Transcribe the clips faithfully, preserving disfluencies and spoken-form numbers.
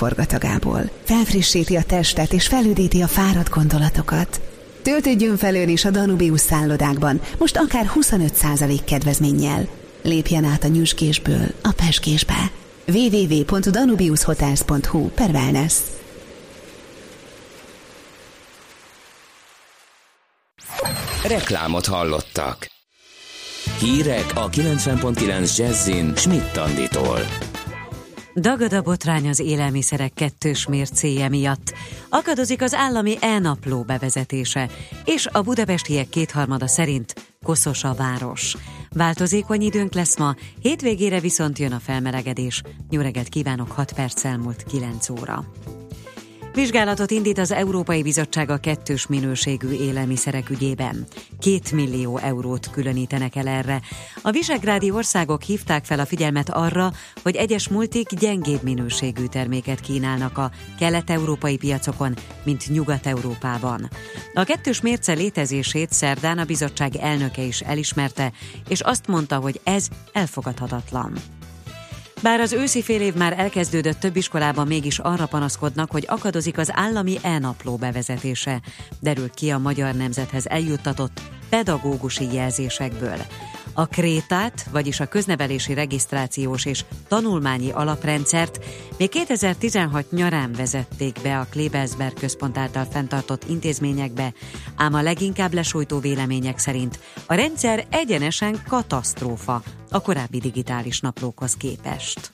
forgatagából. Felfrissíti a testet és felüdíti a fáradt gondolatokat. Töltődjön fel ön is a Danubius szállodákban, most akár huszonöt százalék kedvezménnyel. Lépjen át a nyüzsgésből a pezsgésbe. double-u double-u double-u pont danubius hotels pont hu per wellness. Reklámot hallottak. Hírek a kilencven pont kilenc Jazzin Schmidt Anditól. Dagad a botrány az élelmiszerek kettős mércéje miatt. Akadozik az állami e-napló bevezetése, és a budapestiek kétharmada szerint koszos a város. Változékony időnk lesz ma, hétvégére viszont jön a felmelegedés. Jó reggelt kívánok, hat perc elmúlt kilenc óra. Vizsgálatot indít az Európai Bizottság a kettős minőségű élelmiszerek ügyében. Két millió eurót különítenek el erre. A visegrádi országok hívták fel a figyelmet arra, hogy egyes multik gyengébb minőségű terméket kínálnak a kelet-európai piacokon, mint Nyugat-Európában. A kettős mérce létezését szerdán a bizottság elnöke is elismerte, és azt mondta, hogy ez elfogadhatatlan. Bár az őszi fél év már elkezdődött, több iskolában mégis arra panaszkodnak, hogy akadozik az állami e-napló bevezetése, derül ki a Magyar Nemzethez eljuttatott pedagógusi jelzésekből. A krétát, vagyis a köznevelési regisztrációs és tanulmányi alaprendszert még kétezer-tizenhat nyarán vezették be a Klebersberg központ által fenntartott intézményekbe, ám a leginkább lesújtó vélemények szerint a rendszer egyenesen katasztrófa a korábbi digitális naplókhoz képest.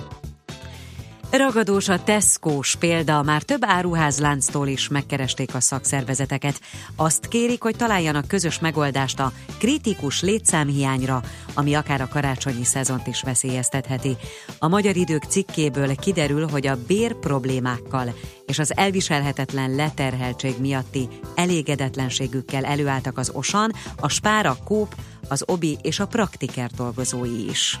Ragadós a Tesco-s példa, már több áruházlánctól is megkeresték a szakszervezeteket. Azt kérik, hogy találjanak közös megoldást a kritikus létszámhiányra, ami akár a karácsonyi szezont is veszélyeztetheti. A Magyar Idők cikkéből kiderül, hogy a bér problémákkal és az elviselhetetlen leterheltség miatti elégedetlenségükkel előálltak az Osan, a Spár, a Coop, az Obi és a Praktiker dolgozói is.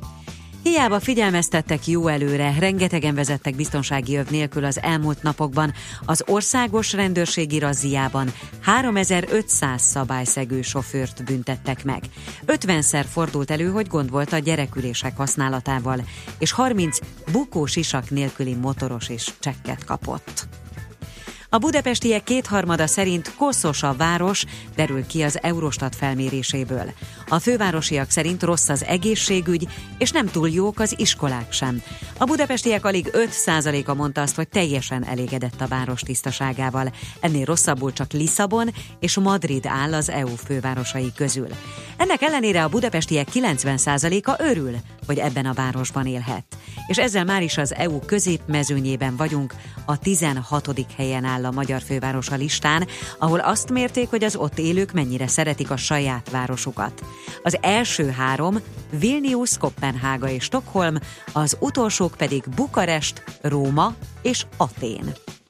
Hiába figyelmeztettek jó előre, rengetegen vezettek biztonsági öv nélkül az elmúlt napokban. Az országos rendőrségi razziában háromezer-ötszáz szabályszegő sofőrt büntettek meg. ötvenszer fordult elő, hogy gond volt a gyerekülések használatával, és harminc bukósisak nélküli motoros is csekket kapott. A budapestiek kétharmada szerint koszos a város, derül ki az Eurostat felméréséből. A fővárosiak szerint rossz az egészségügy, és nem túl jók az iskolák sem. A budapestiek alig öt százaléka mondta azt, hogy teljesen elégedett a város tisztaságával. Ennél rosszabbul csak Lisszabon és Madrid áll az é u fővárosai közül. Ennek ellenére a budapestiek kilencven százaléka örül, hogy ebben a városban élhet. És ezzel már is az é u középmezőnyében vagyunk, a tizenhatodik helyen áll a magyar főváros a listán, ahol azt mérték, hogy az ott élők mennyire szeretik a saját városukat. Az első három Vilnius, Koppenhága és Stockholm, az utolsók pedig Bukarest, Róma és Atén.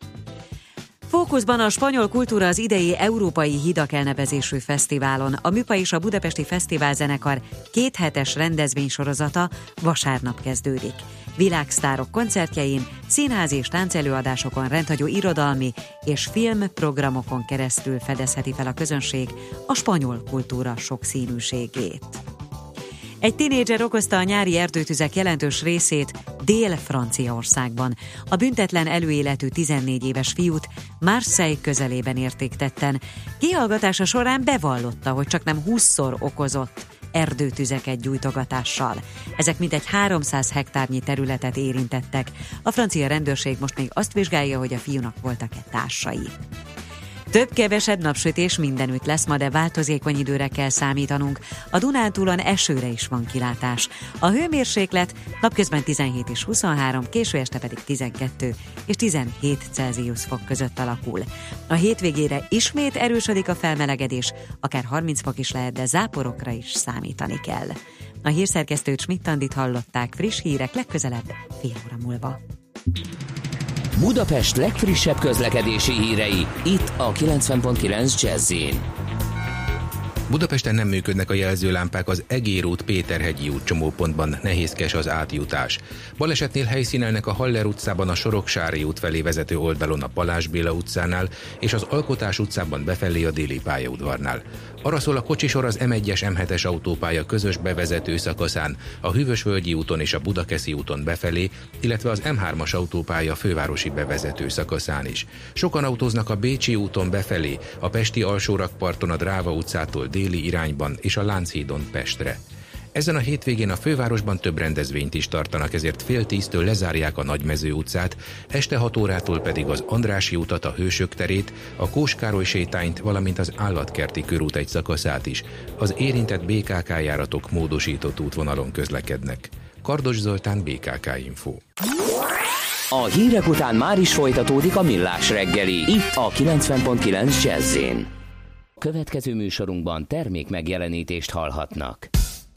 Fókuszban a spanyol kultúra az idei Európai Hidak elnevezésű fesztiválon. A Műpa és a Budapesti Fesztiválzenekar kéthetes rendezvénysorozata vasárnap kezdődik. Világsztárok koncertjein, színházi és táncelőadásokon, rendhagyó irodalmi és filmprogramokon keresztül fedezheti fel a közönség a spanyol kultúra sokszínűségét. Egy tinédzser okozta a nyári erdőtüzek jelentős részét Dél-Franciaországban. A büntetlen előéletű tizennégy éves fiút Marseille közelében érték tetten. Kihallgatása során bevallotta, hogy csaknem húszszor okozott erdőtüzeket gyújtogatással. Ezek mintegy háromszáz hektárnyi területet érintettek. A francia rendőrség most még azt vizsgálja, hogy a fiúnak voltak-e társai. Több-kevesebb napsütés mindenütt lesz ma, de változékony időre kell számítanunk. A Dunántúlon esőre is van kilátás. A hőmérséklet napközben tizenhét és huszonhárom, késő este pedig tizenkettő és tizenhét Celsius fok között alakul. A hétvégére ismét erősödik a felmelegedés, akár harminc fok is lehet, de záporokra is számítani kell. A hírszerkesztőt Schmidt Andit hallották, friss hírek legközelebb fél óra múlva. Budapest legfrissebb közlekedési hírei, itt a kilencven pont kilenc Jazz-in. Budapesten nem működnek a jelzőlámpák, az Egér út Péterhegyi út csomópontban nehézkes az átjutás. Balesetnél helyszínelnek a Haller utcában a Soroksári út felé vezető oldalon a Balázs Béla utcánál és az Alkotás utcában befelé a Déli pályaudvarnál. Arra szól a kocsisor az em egyes em hetes autópálya közös bevezető szakaszán, a Hűvösvölgyi úton és a Budakeszi úton befelé, illetve az em hármas autópálya fővárosi bevezető szakaszán is. Sokan autóznak a Bécsi úton befelé, a pesti alsórakparton a Dráva utcától déli irányban és a Lánchídon Pestre. Ezen a hétvégén a fővárosban több rendezvényt is tartanak, ezért fél tíztől lezárják a Nagymező utcát, este hat órától pedig az Andrássy utat, a Hősök terét, a Kós Károly sétányt, valamint az Állatkerti körút egy szakaszát is. Az érintett bé ká ká járatok módosított útvonalon közlekednek. Kardos Zoltán, bé ká ká Info. A hírek után már is folytatódik a Millás reggeli, itt a kilencven pont kilenc Jazz-én. Következő műsorunkban termék megjelenítést hallhatnak.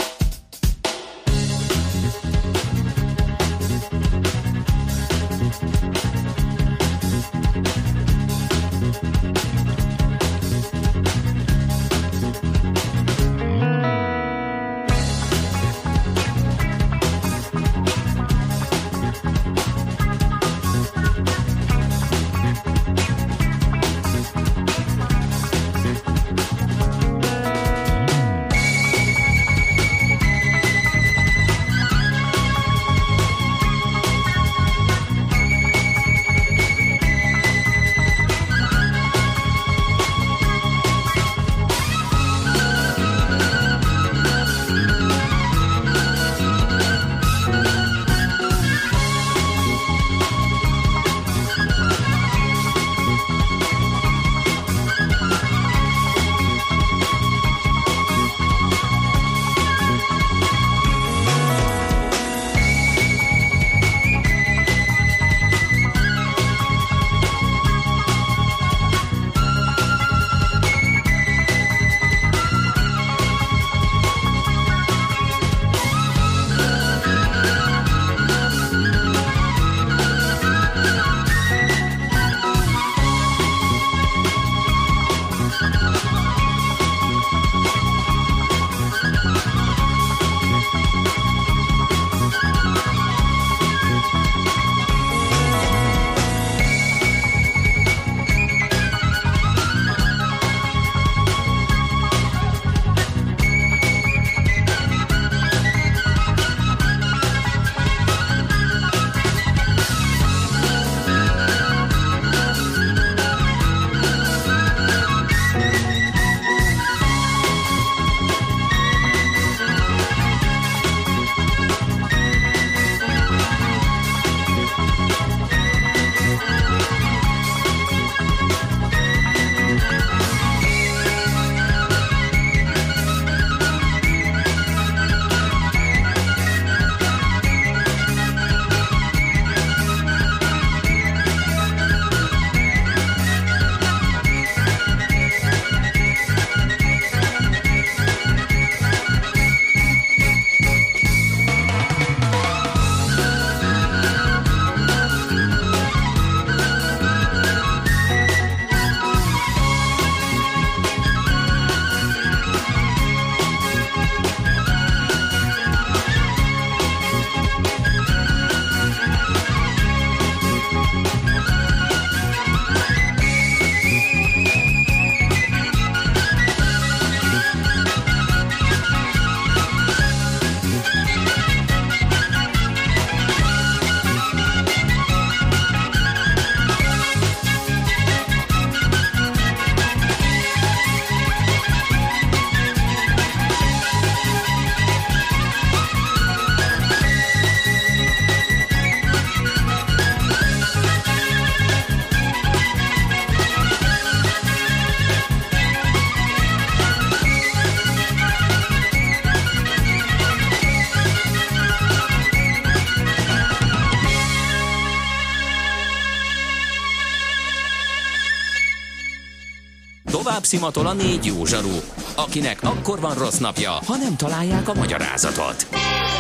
Tovább szimatol a négy jó zsaru, akinek akkor van rossz napja, ha nem találják a magyarázatot.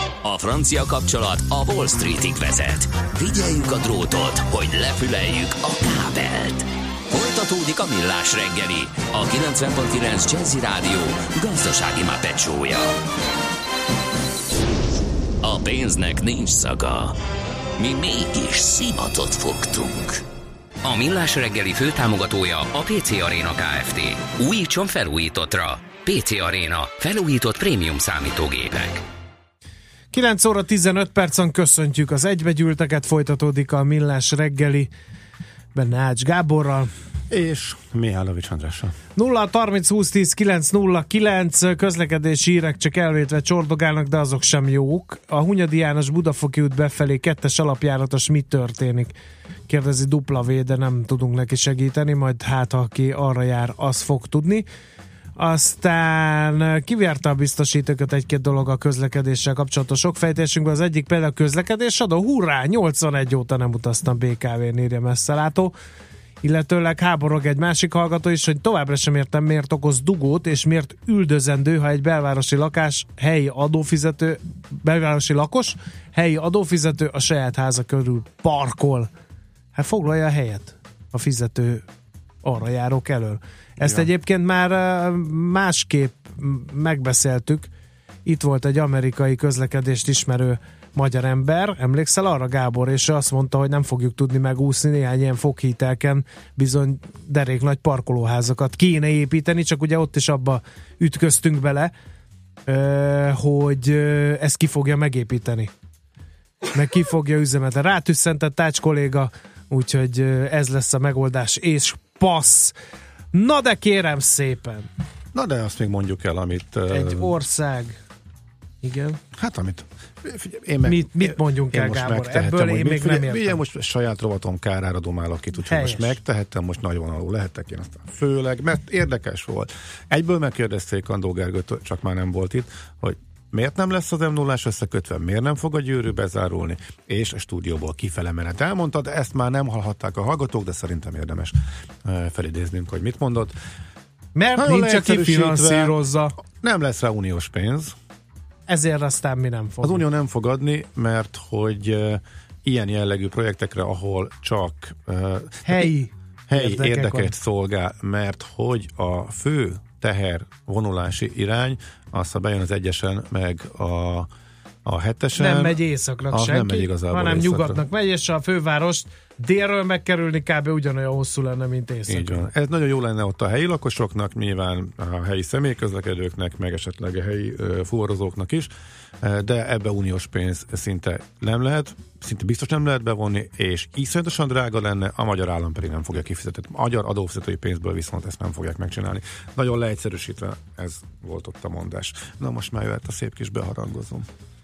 A francia kapcsolat a Wall Streetig vezet. Figyeljük a drótot, hogy lefüleljük a kábelt. Folytatjuk Folytatódik a Millás reggeli, a kilencven pont kilenc Jazzy Rádió gazdasági Muppet show-ja. A pénznek nincs szaga. Mi mégis szimatot fogtunk. A Millás reggeli főtámogatója a pé cé Arena Kft. Újítson felújítottra. pé cé Arena. Felújított prémium számítógépek. kilenc óra tizenöt percen köszöntjük az egybegyűlteket, folytatódik a Millás reggeli benne Ács Gáborral és Mihálovics Andrással. nulla harminc húsz tíz kilenc nulla kilenc közlekedési hírek csak elvétve csordogálnak, de azok sem jók. A Hunyadi János Budafoki út befelé kettes alapjáratos mi történik? Kérdezi dupla V, de nem tudunk neki segíteni, majd hát aki arra jár, az fog tudni. Aztán kivárta a biztosítókat egy-két dolog a közlekedéssel kapcsolatos sok fejtésünkben. Az egyik például a közlekedés adó. Hurrá! nyolcvanegy óta nem utaztam bé ká vén, írja messzelátó. Illetőleg háborog egy másik hallgató is, hogy továbbra sem értem, miért okoz dugót, és miért üldözendő, ha egy belvárosi lakás helyi adófizető, belvárosi lakos, helyi adófizető a saját háza körül parkol. Hát foglalja a helyet a fizető arra járók elől. Ezt ja. Egyébként már másképp megbeszéltük. Itt volt egy amerikai közlekedést ismerő magyar ember, emlékszel arra, Gábor, és azt mondta, hogy nem fogjuk tudni megúszni néhány ilyen foghítelken, bizony derék nagy parkolóházakat kéne építeni, csak ugye ott is abba ütköztünk bele, hogy ezt ki fogja megépíteni. Meg ki fogja üzemeltetni. Rátüsszentett Tács kolléga, úgyhogy ez lesz a megoldás, és passz! Na de kérem szépen! Na de azt még mondjuk el, amit... Egy uh, ország... Igen. Hát amit... Figyelj, én meg, mit, mit mondjunk el, Gábor? Ebből én még nem értem. Ugye most saját rovatom kárára domálok itt, úgyhogy most megtehettem, most nagyon alul lehetek én aztán. Főleg, mert érdekes volt. Egyből megkérdezték Andó Gergőt, csak már nem volt itt, hogy miért nem lesz az em nullás összekötve, miért nem fog a Győrű bezárulni, és a stúdióból kifele menet. Elmondtad, ezt már nem hallhatták a hallgatók, de szerintem érdemes felidéznünk, hogy mit mondott. Mert nagyon nincs, aki finanszírozza. Nem lesz rá uniós pénz. Ezért aztán mi nem fog. Az Unió nem fog adni, mert hogy uh, ilyen jellegű projektekre, ahol csak uh, helyi, helyi érdeket szolgál, mert hogy a fő teher vonulási irány, az, ha bejön az egyesen, meg a, a hetesen. Nem megy északnak senki, nem megy igazából hanem északra. Nyugatnak megy, és a fővárost délről megkerülni kb. Ugyanolyan hosszú lenne, mint északra. Így van. Ez nagyon jó lenne ott a helyi lakosoknak, nyilván a helyi személyközlekedőknek, meg esetleg a helyi uh, fuvarozóknak is, uh, de ebbe uniós pénz szinte nem lehet, szinte biztos nem lehet bevonni, és iszonyatosan drága lenne, a magyar állam pedig nem fogja kifizetni. A magyar adófizetői pénzből viszont ezt nem fogják megcsinálni. Nagyon leegyszerűsítve ez volt ott a mondás. Na most már jöhet a szép kis beharangozom.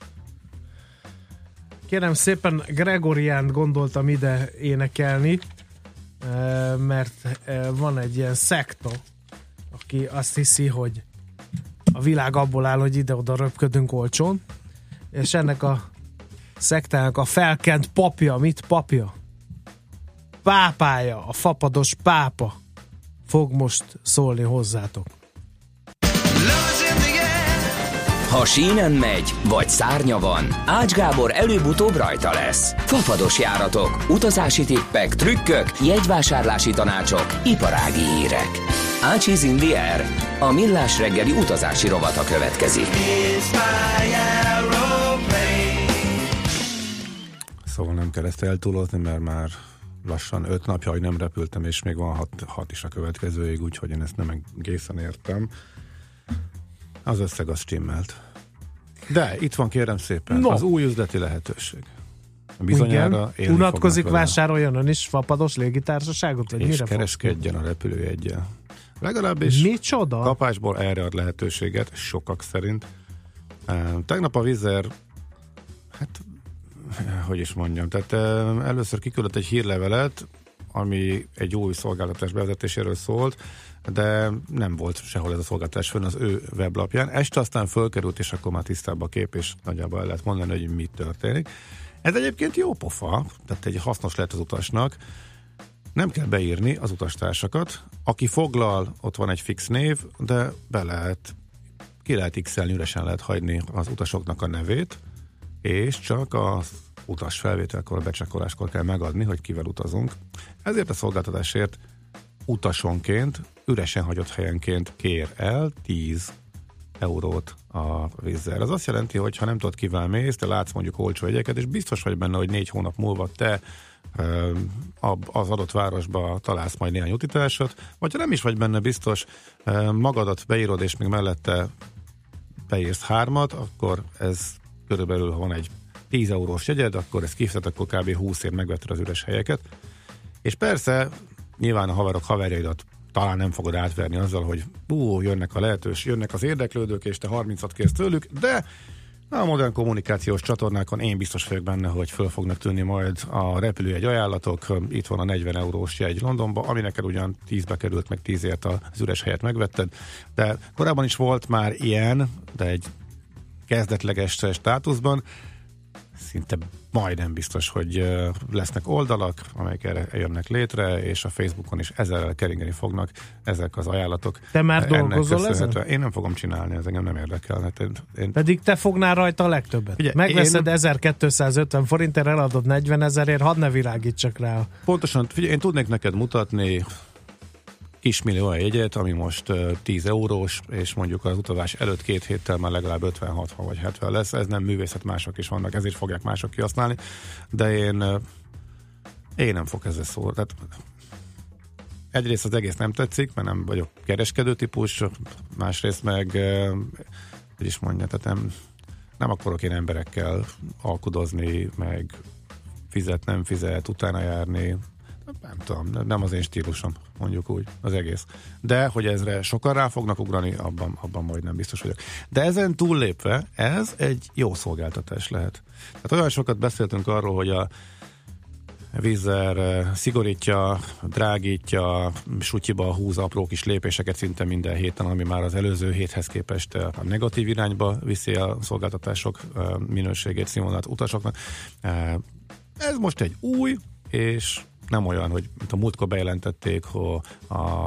Kérem szépen, Gregoriánt gondoltam ide énekelni, mert van egy ilyen szekta, aki azt hiszi, hogy a világ abból áll, hogy ide-oda röpködünk olcsón, és ennek a szektának a felkent papja, mit papja? Pápája, a fapados pápa fog most szólni hozzátok. Ha sínen megy, vagy szárnya van, Ács Gábor előbb-utóbb rajta lesz. Fafados járatok, utazási tippek, trükkök, jegyvásárlási tanácsok, iparági hírek. Ácsiz in the air. A Millás reggeli utazási rovata következik. Szóval nem kell ezt eltúlozni, mert már lassan öt napja, hogy nem repültem, és még van hat, hat is a következőig, úgyhogy én ezt nem egészen értem. Az összeg az stimmelt. De itt van, kérem szépen, no. az új üzleti lehetőség. Bizonyára unatkozik, vásároljon ön is fapados légitársaságot? Vagy és mire kereskedjen fog? A repülőjeggyel. Legalábbis micsoda? kapásból erre ad lehetőséget, sokak szerint. Tegnap a Wizz Air, hát, hogy is mondjam, tehát először kiküldött egy hírlevelet, ami egy új szolgáltatás bevezetéséről szólt, de nem volt sehol ez a szolgáltatás fönn az ő weblapján. Este aztán fölkerült, és akkor már tisztább a kép, és nagyjából el lehet mondani, hogy mi történik. Ez egyébként jó pofa, tehát egy hasznos lehet az utasnak. Nem kell beírni az utastársakat. Aki foglal, ott van egy fix név, de be lehet, ki lehet x-elni, üresen lehet hagyni az utasoknak a nevét, és csak az utas felvételkor, becsekkoláskor kell megadni, hogy kivel utazunk. Ezért a szolgáltatásért utasonként, üresen hagyott helyenként kér el tíz eurót a Wizz Air. Ez azt jelenti, hogy ha nem tudod, kivel mész, te látsz mondjuk olcsó jegyeket, és biztos vagy benne, hogy négy hónap múlva te az adott városba találsz majd néhány utitársat, vagy ha nem is vagy benne biztos, magadat beírod, és még mellette beírsz hármat, akkor ez körülbelül, ha van egy tíz eurós jegyed, akkor ez kifizet, akkor kb. húsz ér megvetted az üres helyeket. És persze, nyilván a haverok haverjaidat talán nem fogod átverni azzal, hogy ú, jönnek a lehetős, jönnek az érdeklődők, és te harmincat kérsz tőlük, de a modern kommunikációs csatornákon én biztos vagyok benne, hogy föl fognak tűnni majd a repülőjegy ajánlatok. Itt van a negyven eurós jegy Londonba, ami neked ugyan tízbe került, meg tízért az üres helyet megvetted. De korábban is volt már ilyen, de egy kezdetleges státuszban. Szinte majdnem biztos, hogy lesznek oldalak, amelyek erre jönnek létre, és a Facebookon is ezzel keringeni fognak ezek az ajánlatok. Te már dolgozol ezen? Én nem fogom csinálni, ez engem nem érdekel. Hát én, én... Pedig te fognál rajta a legtöbbet. Ugye, megveszed én... ezerkétszázötven forintért, eladod negyven ezerért, hadd ne virágítsak rá. Pontosan, figyelj, én tudnék neked mutatni kismillió olyan jegyet, ami most uh, tíz eurós, és mondjuk az utazás előtt két héttel már legalább ötven, hatvan vagy hetven lesz. Ez nem művészet, mások is vannak, ezért fogják mások kihasználni, de én uh, én nem fog ezzel szólni. Tehát egyrészt az egész nem tetszik, mert nem vagyok kereskedő típus, másrészt meg uh, hogy is mondja, tehát nem, nem akarok én emberekkel alkudozni, meg fizet, nem fizet, utána járni. Nem tudom, nem az én stílusom, mondjuk úgy, az egész. De, hogy ezre sokan rá fognak ugrani, abban, abban majd nem biztos vagyok. De ezen túllépve, ez egy jó szolgáltatás lehet. Tehát olyan sokat beszéltünk arról, hogy a Wizz Air szigorítja, drágítja, sutyiba húz apró kis lépéseket szinte minden héten, ami már az előző héthez képest a negatív irányba viszi a szolgáltatások minőségét, színvonalat utasoknak. Ez most egy új, és nem olyan, hogy mint a múltkor bejelentették, hogy a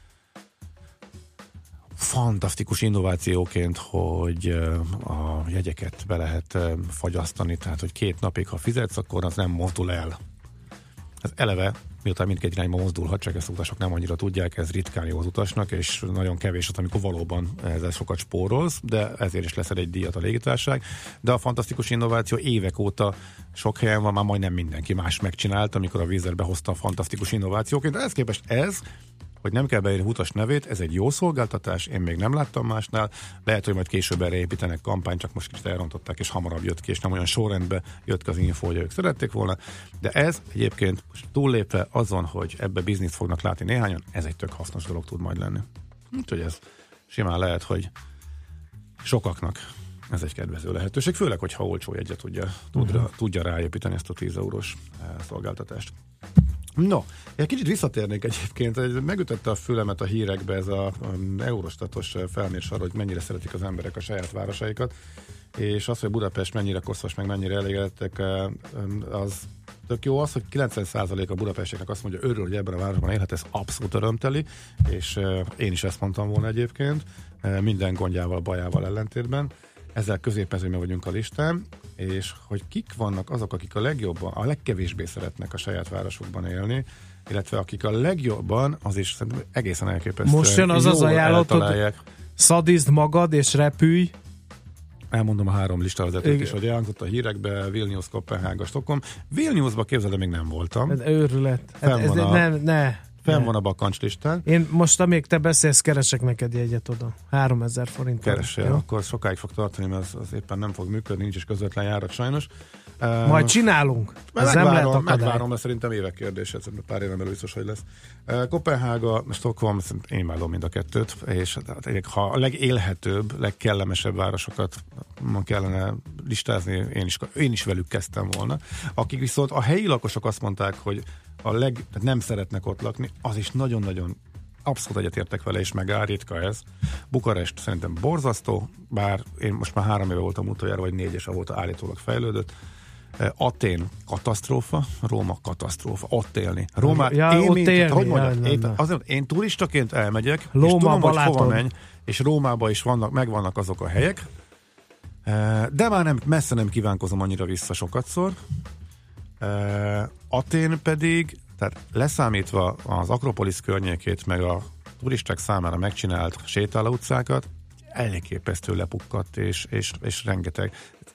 fantasztikus innovációként, hogy a jegyeket be lehet fagyasztani, tehát hogy két napig, ha fizetsz, akkor az nem mozdul el. Ez eleve, miután mindkét irányba mozdulhat, csak ezt utasok nem annyira tudják, ez ritkán jó az utasnak, és nagyon kevés az, amikor valóban ezzel sokat spórolsz, de ezért is leszed egy díjat a légitársaság. De a fantasztikus innováció évek óta sok helyen van, már majdnem mindenki más megcsinált, amikor a Wizz Air behozta a fantasztikus innovációként. De ehhez képest ez, hogy nem kell beírni utas nevét, ez egy jó szolgáltatás, én még nem láttam másnál, lehet, hogy majd később erre építenek kampányt, csak most kicsit elrontották, és hamarabb jött ki, és nem olyan sorrendben jött ki az info, hogy ők szerették volna, de ez egyébként túllépve azon, hogy ebbe bizniszt fognak látni néhányan, ez egy tök hasznos dolog tud majd lenni. Úgyhogy ez simán lehet, hogy sokaknak ez egy kedvező lehetőség, főleg, hogyha olcsó jegyet tudja, tudja, uh-huh. tudja ráépíteni ezt a tíz eurós szolgáltatást. No, egy kicsit visszatérnék egyébként, megütötte a fülemet a hírekbe ez a um, Eurostatos felmérés arra, hogy mennyire szeretik az emberek a saját városaikat, és az, hogy Budapest mennyire koszos, meg mennyire elégedettek, az tök jó. Az, hogy kilencven százalék a budapestieknek azt mondja, örül, hogy ebben a városban élhet, ez abszolút örömteli, és uh, én is ezt mondtam volna egyébként, uh, minden gondjával, bajával ellentétben. Ezzel középmezőnyben vagyunk a listán, és hogy kik vannak azok, akik a legjobban, a legkevésbé szeretnek a saját városokban élni, illetve akik a legjobban, az is egészen elképesztően most jön az az ajánlotod, szadizd magad és repülj. Elmondom a három listavezetőt is, hogy elhangzott a hírekbe, Vilnius, Kopenhága, Stockholm. Vilniusba képzeld, de még nem voltam. Ez őrület. Fenn ez, van, a, ne, ne, fenn ne. van a bakancslistán. Én most, amíg te beszélsz, keresek neked jegyet oda. háromezer forint. Keressél, akkor sokáig fog tartani, mert az, az éppen nem fog működni, nincs is közvetlen járat sajnos. Majd uh, csinálunk. Ez nem lehet akadály. Megvárom, mert szerintem évek kérdése, pár éven belül biztos, hogy lesz. Uh, Kopenhága, Stockholm, én imádom mind a kettőt, és ha a legélhetőbb, legkellemesebb városokat kellene listázni, én is, én is velük kezdtem volna. Akik viszont a helyi lakosok azt mondták, hogy a leg, tehát nem szeretnek ott lakni, az is nagyon-nagyon abszolút egyetértek vele, és megáll, ritka ez. Bukarest szerintem borzasztó, bár én most már három éve voltam utoljára, vagy négy, és avóta állítólag fejlődött. Atén katasztrófa, Róma katasztrófa, ott élni. Rómát ja, én, ott mint, élni, hogy mondjam, ja, én, nem, azért, én turistaként elmegyek, Lóma, és tudom, hogy Baláton. hova menj, és Rómában is vannak, megvannak azok a helyek, de már nem, messze nem kívánkozom annyira vissza sokatszor. Atén pedig Tehát leszámítva az Akropolisz környékét, meg a turisták számára megcsinált sétáló utcákat, elképesztő lepukkadt, és, és, és rengeteg,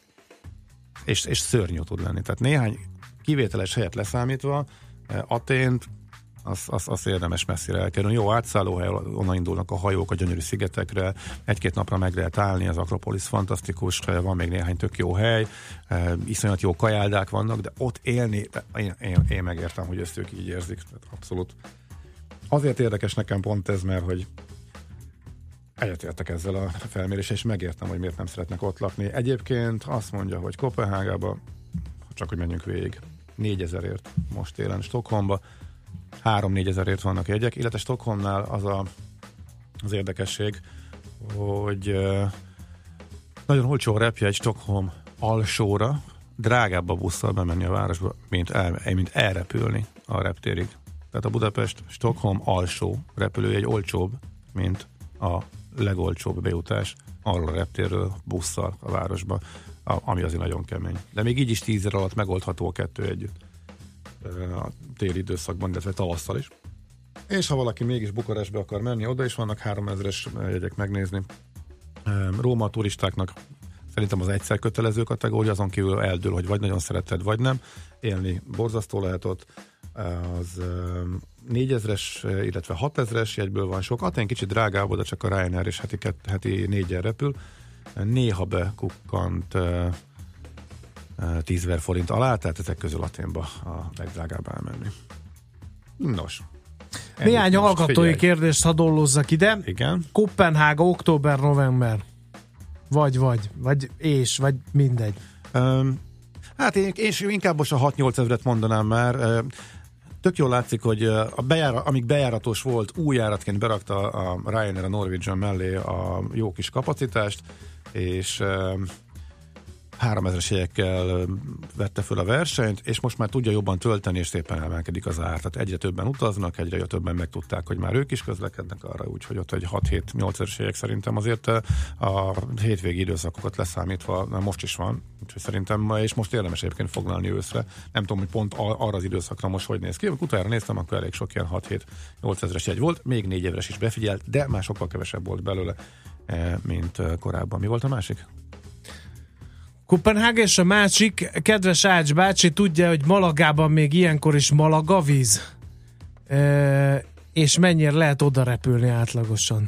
és, és szörnyű tud lenni. Tehát néhány kivételes helyet leszámítva, Athént, azt az, az érdemes messzire elkerülni. Jó átszállóhely, onnan indulnak a hajók a gyönyörű szigetekre, egy-két napra meg lehet állni, az Akropolisz fantasztikus, van még néhány tök jó hely, iszonyat jó kajáldák vannak, de ott élni, én, én, én megértem, hogy ezt ők így érzik, tehát abszolút. Azért érdekes nekem pont ez, mert hogy egyetértek ezzel a felméréssel, és megértem, hogy miért nem szeretnek ott lakni. Egyébként azt mondja, hogy Koppenhágába, csak hogy menjünk végig, négyezerért most élen, Stockholmba három-négyezerért vannak jegyek, illetve Stockholmnál az a, az érdekesség, hogy uh, nagyon olcsó a repjegy Stockholm alsóra, drágább a busszal bemenni a városba, mint, el, mint elrepülni a reptérig. Tehát a Budapest-Stockholm alsó repülőjegy olcsóbb, mint a legolcsóbb bejutás arról a reptérről busszal a városba, a, ami azért nagyon kemény. De még így is tízezer alatt megoldható a kettő együtt a téli időszakban, illetve tavasszal is. És ha valaki mégis Bukarestbe akar menni, oda is vannak háromezeres jegyek megnézni. Róma a turistáknak szerintem az egyszer kötelező kategória, azon kívül eldől, hogy vagy nagyon szereted, vagy nem. Élni borzasztó lehet ott. Az négyezres, illetve hatezres jegyből van sok. Atén kicsit drágább, oda csak a Ryanair és heti, heti négyen repül. Néha bekukkant tízezer forint alá, tehát ezek közül Athénba a legdrágább elmenni. Nos. Néhány hallgatói figyelj. kérdést hadollózzak ide. Igen. Koppenhága, október, november. Vagy, vagy, vagy és, vagy mindegy. Um, hát én, én inkább most a hat-nyolc ezret mondanám már. Tök jól látszik, hogy a bejára, amíg bejáratos volt, új járatként berakta a Ryanair a Norwegian mellé a jó kis kapacitást, és um, háromezres jegyekkel vette föl a versenyt, és most már tudja jobban tölteni, és szépen emelkedik az ár. Tehát egyre többen utaznak, egyre többen megtudták, hogy már ők is közlekednek arra, úgyhogy ott egy hat-hét-nyolc ezres jegyek szerintem azért a hétvégi időszakokat leszámítva most is van, úgyhogy szerintem, és most érdemes egyébként foglalni őszre. Nem tudom, hogy pont arra az időszakra most hogy néz ki. Amikor utána néztem, akkor elég sok ilyen hat-hét-nyolc ezres jegy volt, még négy éves is befigyelt, de már sokkal kevesebb volt belőle, mint korábban. Mi volt a másik? Koppenhága, és a másik, kedves Ács bácsi, tudja, hogy Malagában még ilyenkor is Malaga víz? E, és mennyire lehet oda repülni átlagosan?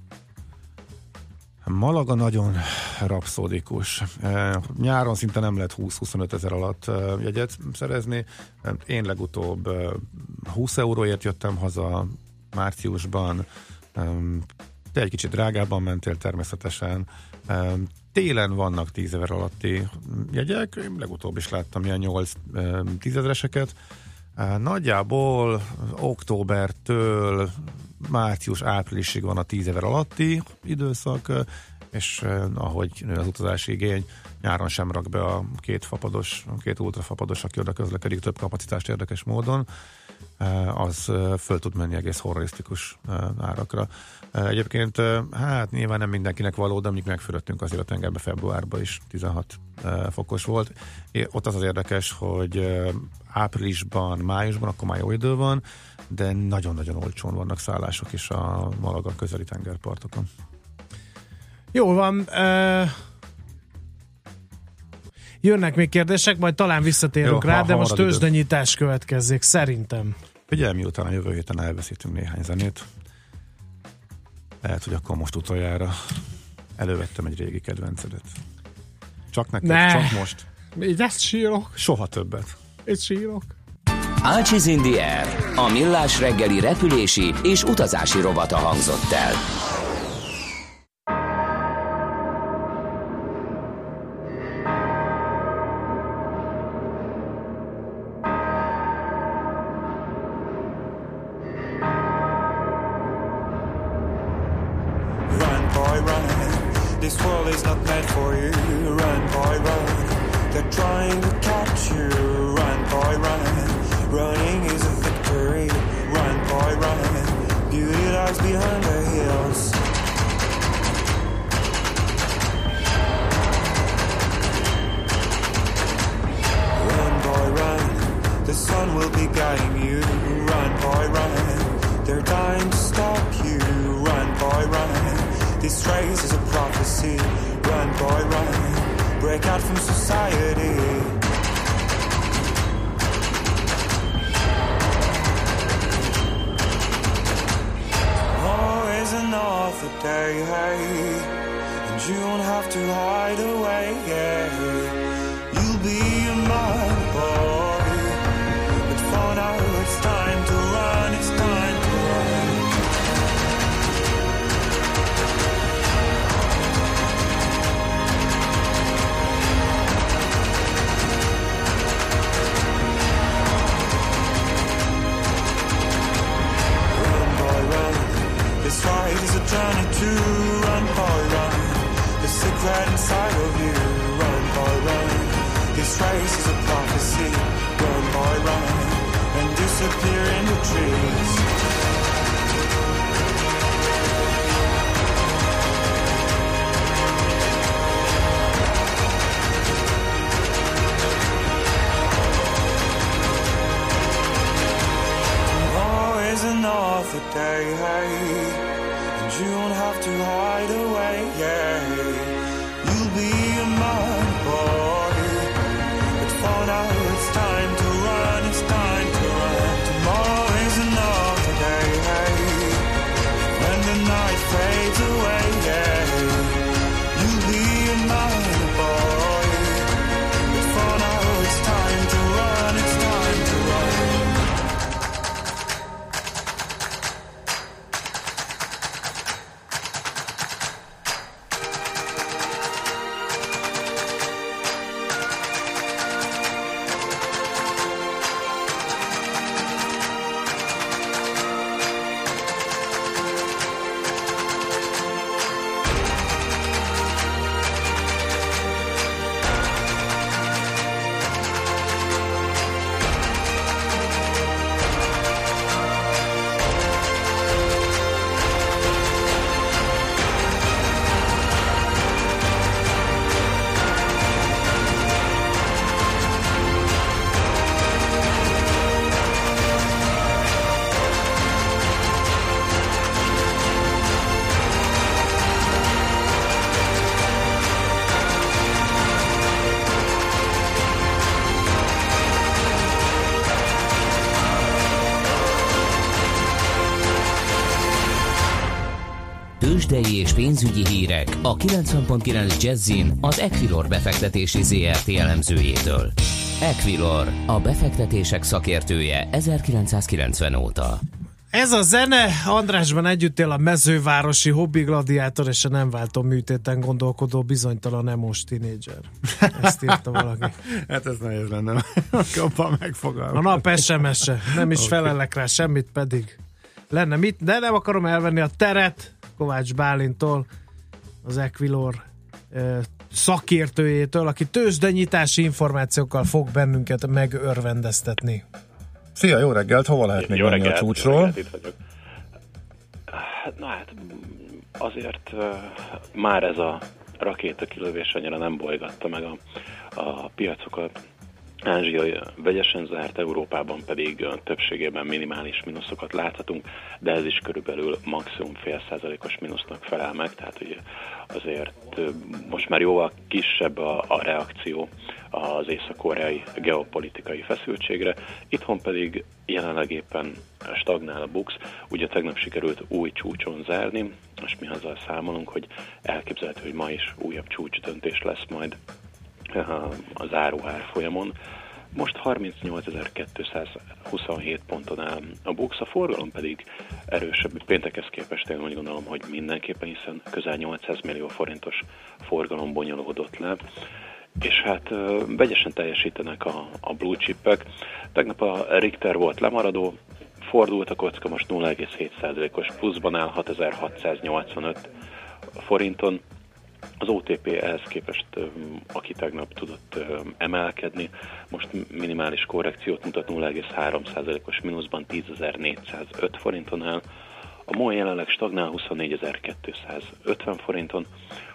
Malaga nagyon rapszódikus. E, nyáron szinte nem lehet húsz-huszonöt ezer alatt jegyet szerezni. Én legutóbb húsz euróért jöttem haza márciusban. Te egy kicsit drágábban mentél természetesen. Télen vannak tízezer alatti jegyek, én legutóbb is láttam ilyen nyolc-tízezereseket. Nagyjából októbertől március-áprilisig van a tízezer alatti időszak, és ahogy nő az utazási igény, nyáron sem rak be a két fapados, két ultrafapados, aki oda közlekedik több kapacitást érdekes módon, az föl tud menni egész horrorisztikus árakra. Egyébként, hát nyilván nem mindenkinek való, de mondjuk megfürödtünk azért a tengerbe februárban is, tizenhat fokos volt. Ott az az érdekes, hogy áprilisban, májusban, akkor már jó idő van, de nagyon-nagyon olcsón vannak szállások is a Malaga közeli tengerpartokon. Jól van. Uh... Jönnek még kérdések, majd talán visszatérünk Jó, rá, de most tőzsdenyítás következzék, szerintem. Figyelj, miután a jövő héten elveszítünk néhány zenét, lehet, hogy akkor most utoljára elővettem egy régi kedvencedet. Csak neked, ne. Csak most. Így ezt sírok. Soha többet. Itt sírok. Ácsiz in the Air, a millás reggeli repülési és utazási rovata hangzott el. Guiding you. Run, boy, run. They're dying to stop you. Run, boy, run. This race is a prophecy. Run, boy, run. Break out from society. Oh, is another day, hey, and you won't have to hide away, yeah. You'll be a man, boy, but for now it's time to run, it's time to run. Run, boy, run. This ride is a journey to run, boy, run. The secret inside of you. Run, boy, run. This race is a prophecy. Run, boy, run. And disappear in the trees. Tomorrow is another day, hey, and you won't have to hide away, yeah. You'll be a man, boy, but for now it's time to run, it's time to run. Tomorrow is another day, hey, when the night fades away, yeah. You'll be a man, boy, but for now it's time to run, it's time to run. Tőzsdei és pénzügyi hírek a kilencven pont kilenc Jazzin az Equilor befektetési zé er té elemzőjétől. Equilor, a befektetések szakértője ezerkilencszázkilencven óta. Ez a zene, Andrásban együtt él a mezővárosi hobbi gladiátor és a nem váltó műtéten gondolkodó bizonytalan emos tínédzser. Ezt írta valaki. Hát ez nehéz lenne abban megfogalmazni. A nap es em es-e. Nem is okay. Felelek rá semmit, pedig lenne mit, de nem akarom elvenni a teret Kovács Bálintól, az Equilor eh, szakértőjétől, aki tőzsdenyitási információkkal fog bennünket megörvendeztetni. Szia, jó reggelt! Hova lehet még menni a csúcsról? Na hát azért uh, már ez a rakétakilövés annyira nem bolygatta meg a, a piacokat. Ázsia vegyesen zárt, Európában pedig többségében minimális mínuszokat láthatunk, de ez is körülbelül maximum fél százalékos mínusznak felel meg, tehát ugye azért most már jóval kisebb a, a reakció az észak-koreai geopolitikai feszültségre, itthon pedig jelenleg éppen stagnál a BUX, ugye tegnap sikerült új csúcson zárni, és mi azzal számolunk, hogy elképzelhető, hogy ma is újabb csúcsdöntés lesz majd az áruár folyamon. Most harmincnyolcezer-kétszázhuszonhét ponton áll a BUX, a forgalom pedig erősebb. Péntekhez képest én úgy gondolom, hogy mindenképpen, hiszen közel nyolcszáz millió forintos forgalom bonyolódott le, és hát vegyesen teljesítenek a, a blue chipek. Tegnap a Richter volt lemaradó, fordult a kocka, most nulla egész hét százalékos pluszban áll hatezer-hatszáznyolcvanöt forinton. Az o té pé ehhez képest, aki tegnap tudott emelkedni, most minimális korrekciót mutat, nulla egész három százalékos mínuszban tízezer-négyszázöt forinton áll. A MOL jelenleg stagnál huszonnégyezer-kétszázötven forinton.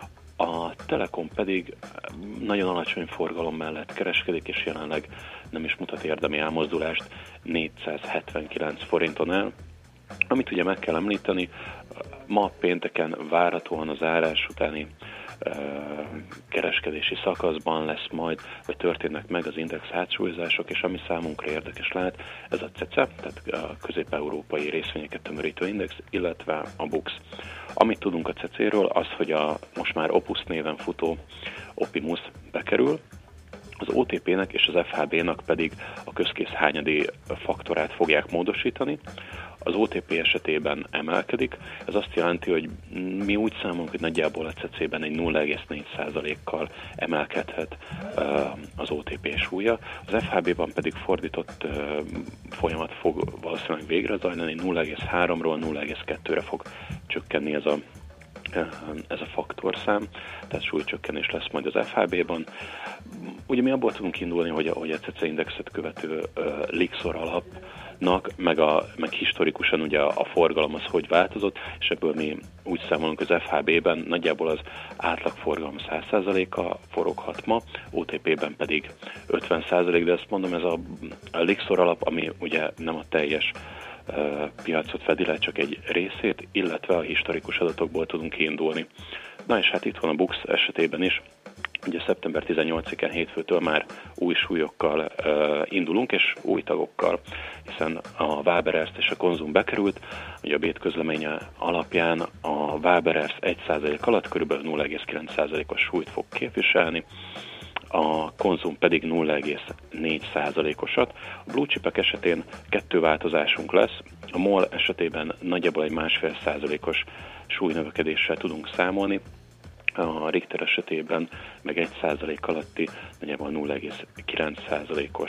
A Telekom pedig nagyon alacsony forgalom mellett kereskedik, és jelenleg nem is mutat érdemi elmozdulást, négyszázhetvenkilenc forinton el. Amit ugye meg kell említeni, ma pénteken várhatóan az zárás utáni uh, kereskedési szakaszban lesz majd, vagy történnek meg az index átsúlyozások, és ami számunkra érdekes lehet, ez a cé e cé e, tehát a közép-európai részvényeket tömörítő index, illetve a BUX. Amit tudunk a cé e cé-ről, az, hogy a most már Opus néven futó Opimus bekerül, az o té pé-nek és az ef há bé-nak pedig a közkész hányadi faktorát fogják módosítani. Az o té pé esetében emelkedik, ez azt jelenti, hogy mi úgy számolunk, hogy nagyjából a cé e cé-ben egy nulla egész négy százalékkal emelkedhet az o té pé súlya. Az ef há bé-ban pedig fordított folyamat fog valószínűleg végre zajlani, nulla egész háromról nulla egész kettőre fog csökkenni ez a ez a faktorszám, tehát súlycsökkenés lesz majd az ef há bé-ban. Ugye mi abból tudunk indulni, hogy a, hogy a cé e cé indexet követő uh, Lixor alapnak, meg, a, meg historikusan ugye a, a forgalom az hogy változott, és ebből mi úgy számolunk az ef há bé-ben, nagyjából az átlagforgalom száz százaléka foroghat ma, o té pé-ben pedig ötven százalék, de ezt mondom, ez a, a Lixor alap, ami ugye nem a teljes Uh, piacot fedi le, csak egy részét, illetve a historikus adatokból tudunk kiindulni. Na és hát itt van a BUX esetében is, ugye szeptember tizennyolcadikán hétfőtől már új súlyokkal uh, indulunk, és új tagokkal, hiszen a Waberers és a Konzum bekerült, ugye a Bét közleménye alapján a Waberers egy százalék alatt kb. nulla egész kilenc százalékos súlyt fog képviselni, a Konzum pedig nulla egész négy százalékosat. A blue chipek esetén kettő változásunk lesz. A MOL esetében nagyjából egy másfél százalékos súlynövekedéssel tudunk számolni. A Richter esetében meg egy százalék alatti, nagyjából nulla egész kilenc százalékos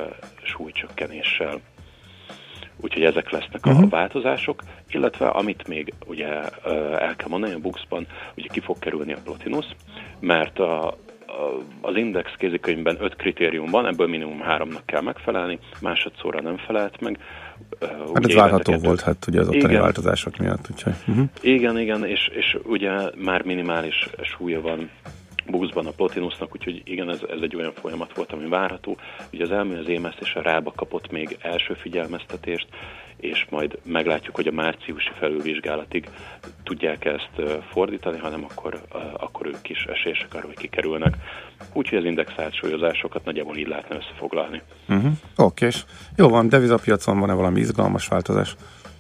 súlycsökkenéssel. Úgyhogy ezek lesznek a uh-huh. változások, illetve amit még ugye el kell mondani a BUX-ban, ugye ki fog kerülni a Plotinus, mert a az index kézikönyvben öt kritérium van, ebből minimum háromnak kell megfelelni, másodszorra nem felelt meg. Hát ez várható volt, hát ugye az ottani igen. változások miatt. Úgyhogy. Uh-huh. Igen, igen, és, és ugye már minimális súlya van BUX-ban a Plotinusnak, úgyhogy igen, ez, ez egy olyan folyamat volt, ami várható. Ugye az elmű az émeszt és a rába kapott még első figyelmeztetést, és majd meglátjuk, hogy a márciusi felülvizsgálatig tudják ezt fordítani, hanem akkor, akkor ők is esélyesek arra, hogy kikerülnek. Úgyhogy az index átsúlyozásokat nagyjából így lehetne összefoglalni. Uh-huh. Oké, és jó van, devizapiacon van-e valami izgalmas változás?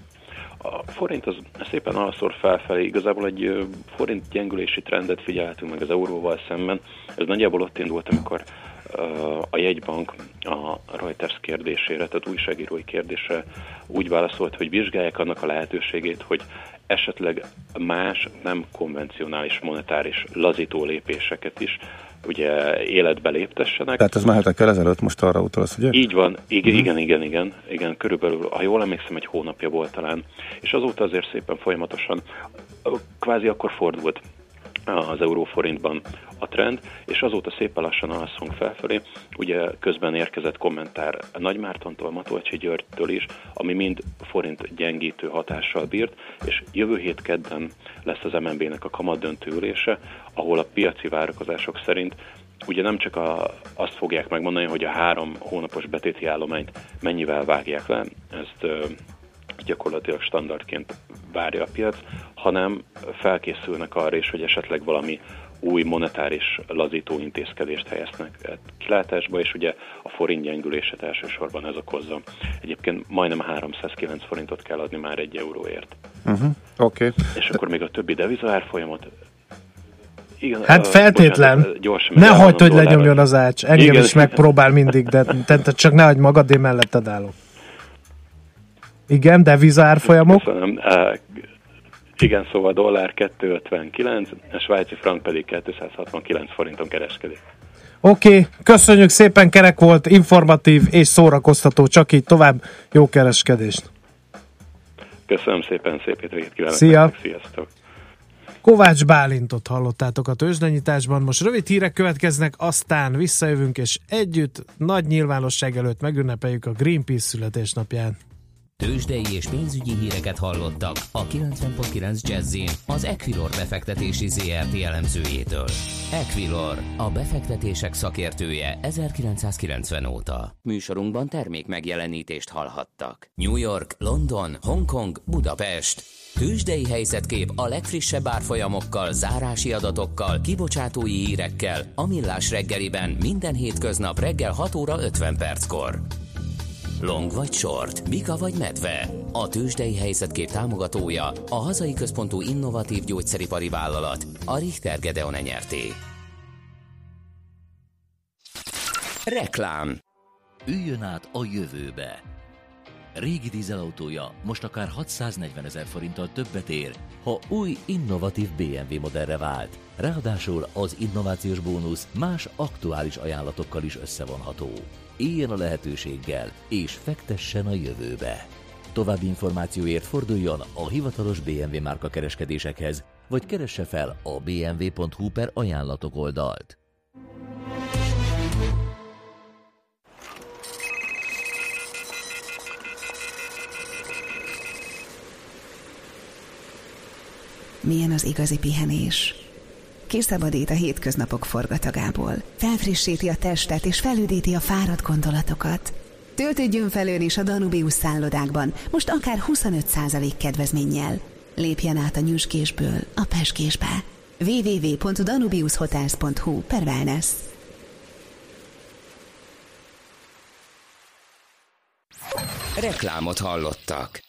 A forint az szépen alszor felfelé, igazából egy forint gyengülési trendet figyeltünk meg az euróval szemben. Ez nagyjából ott indult, amikor a jegybank a Reuters kérdésére, tehát újságírói kérdésre úgy válaszolt, hogy vizsgálják annak a lehetőségét, hogy esetleg más, nem konvencionális monetáris lazító lépéseket is ugye életbe léptessenek. Tehát ez már hetekkel ezelőtt, most arra utalsz, ugye? Így van, igen, uh-huh. igen, igen, igen, igen, körülbelül, ha jól emlékszem, egy hónapja volt talán, és azóta azért szépen folyamatosan, kvázi akkor fordult az euróforintban a trend, és azóta szépen lassan alszunk felfelé. Ugye közben érkezett kommentár Nagymártontól, Matolcsi Györgytől is, ami mind forint gyengítő hatással bírt, és jövő hét kedden lesz az em en bé-nek a kamatdöntő ülése, ahol a piaci várakozások szerint ugye nem csak a, azt fogják megmondani, hogy a három hónapos betéti állományt mennyivel vágják le, ezt ö, gyakorlatilag standardként várja a piac, hanem felkészülnek arra is, hogy esetleg valami új monetáris lazító intézkedést helyeznek kilátásba, és ugye a forint gyengülését elsősorban ez okozza. Egyébként majdnem háromszázkilenc forintot kell adni már egy euróért. Uh-huh. Oké. Okay. És akkor még a többi deviza árfolyamat. Igen, hát uh, feltétlen. Bocsánat, gyorsan, ne hagyd, hogy lenyomjon az ács. Engem igen. is megpróbál mindig, de te, te csak ne hagyd magad, én melletted állok. Igen, deviza árfolyamok. Köszönöm. Uh, igen, szóval dollár kétszázötvenkilenc, a svájci frank pedig kétszázhatvankilenc forinton kereskedik. Oké, okay, köszönjük szépen, kerek volt, informatív és szórakoztató, csak így tovább, jó kereskedést. Köszönöm szépen, szép hétvégét kívánok. Szia! Sziasztok! Kovács Bálintot hallottátok a tőzsdenyításban, most rövid hírek következnek, aztán visszajövünk, és együtt nagy nyilvánosság előtt megünnepeljük a Greenpeace születésnapját. Tőzsdei és pénzügyi híreket hallottak a kilencven pont kilenc Jazz-in az Equilor befektetési zé er té elemzőjétől. Equilor, a befektetések szakértője ezerkilencszázkilencven óta. Műsorunkban termék megjelenítést hallhattak. New York, London, Hongkong, Budapest. Tőzsdei helyzetkép a legfrissebb árfolyamokkal, zárási adatokkal, kibocsátói hírekkel a Millás reggeliben minden hétköznap reggel hat óra ötven perckor. Long vagy short, bika vagy medve. A tőzsdei helyzetkép támogatója a hazai központú innovatív gyógyszeripari vállalat, a Richter Gedeon Nyrt. Reklám. Üljön át a jövőbe. Régi dízelautója most akár hatszáznegyvenezer forinttal többet ér, ha új, innovatív bé em vé modellre vált. Ráadásul az innovációs bónusz más aktuális ajánlatokkal is összevonható. Éljen a lehetőséggel, és fektessen a jövőbe. További információért forduljon a hivatalos bé em vé márka kereskedésekhez, vagy keresse fel a bé em vé pont hu per ajánlatok oldalt. Milyen az igazi pihenés? Kiszabadít a hétköznapok forgatagából. Felfrissíti a testet és felüdíti a fáradt gondolatokat. Töltődjön fel ön is a Danubius szállodákban, most akár huszonöt százalék kedvezménnyel. Lépjen át a nyüzsgésből a pezsgésbe. double-u double-u double-u pont danubius hotels pont hu per wellness. Reklámot hallottak.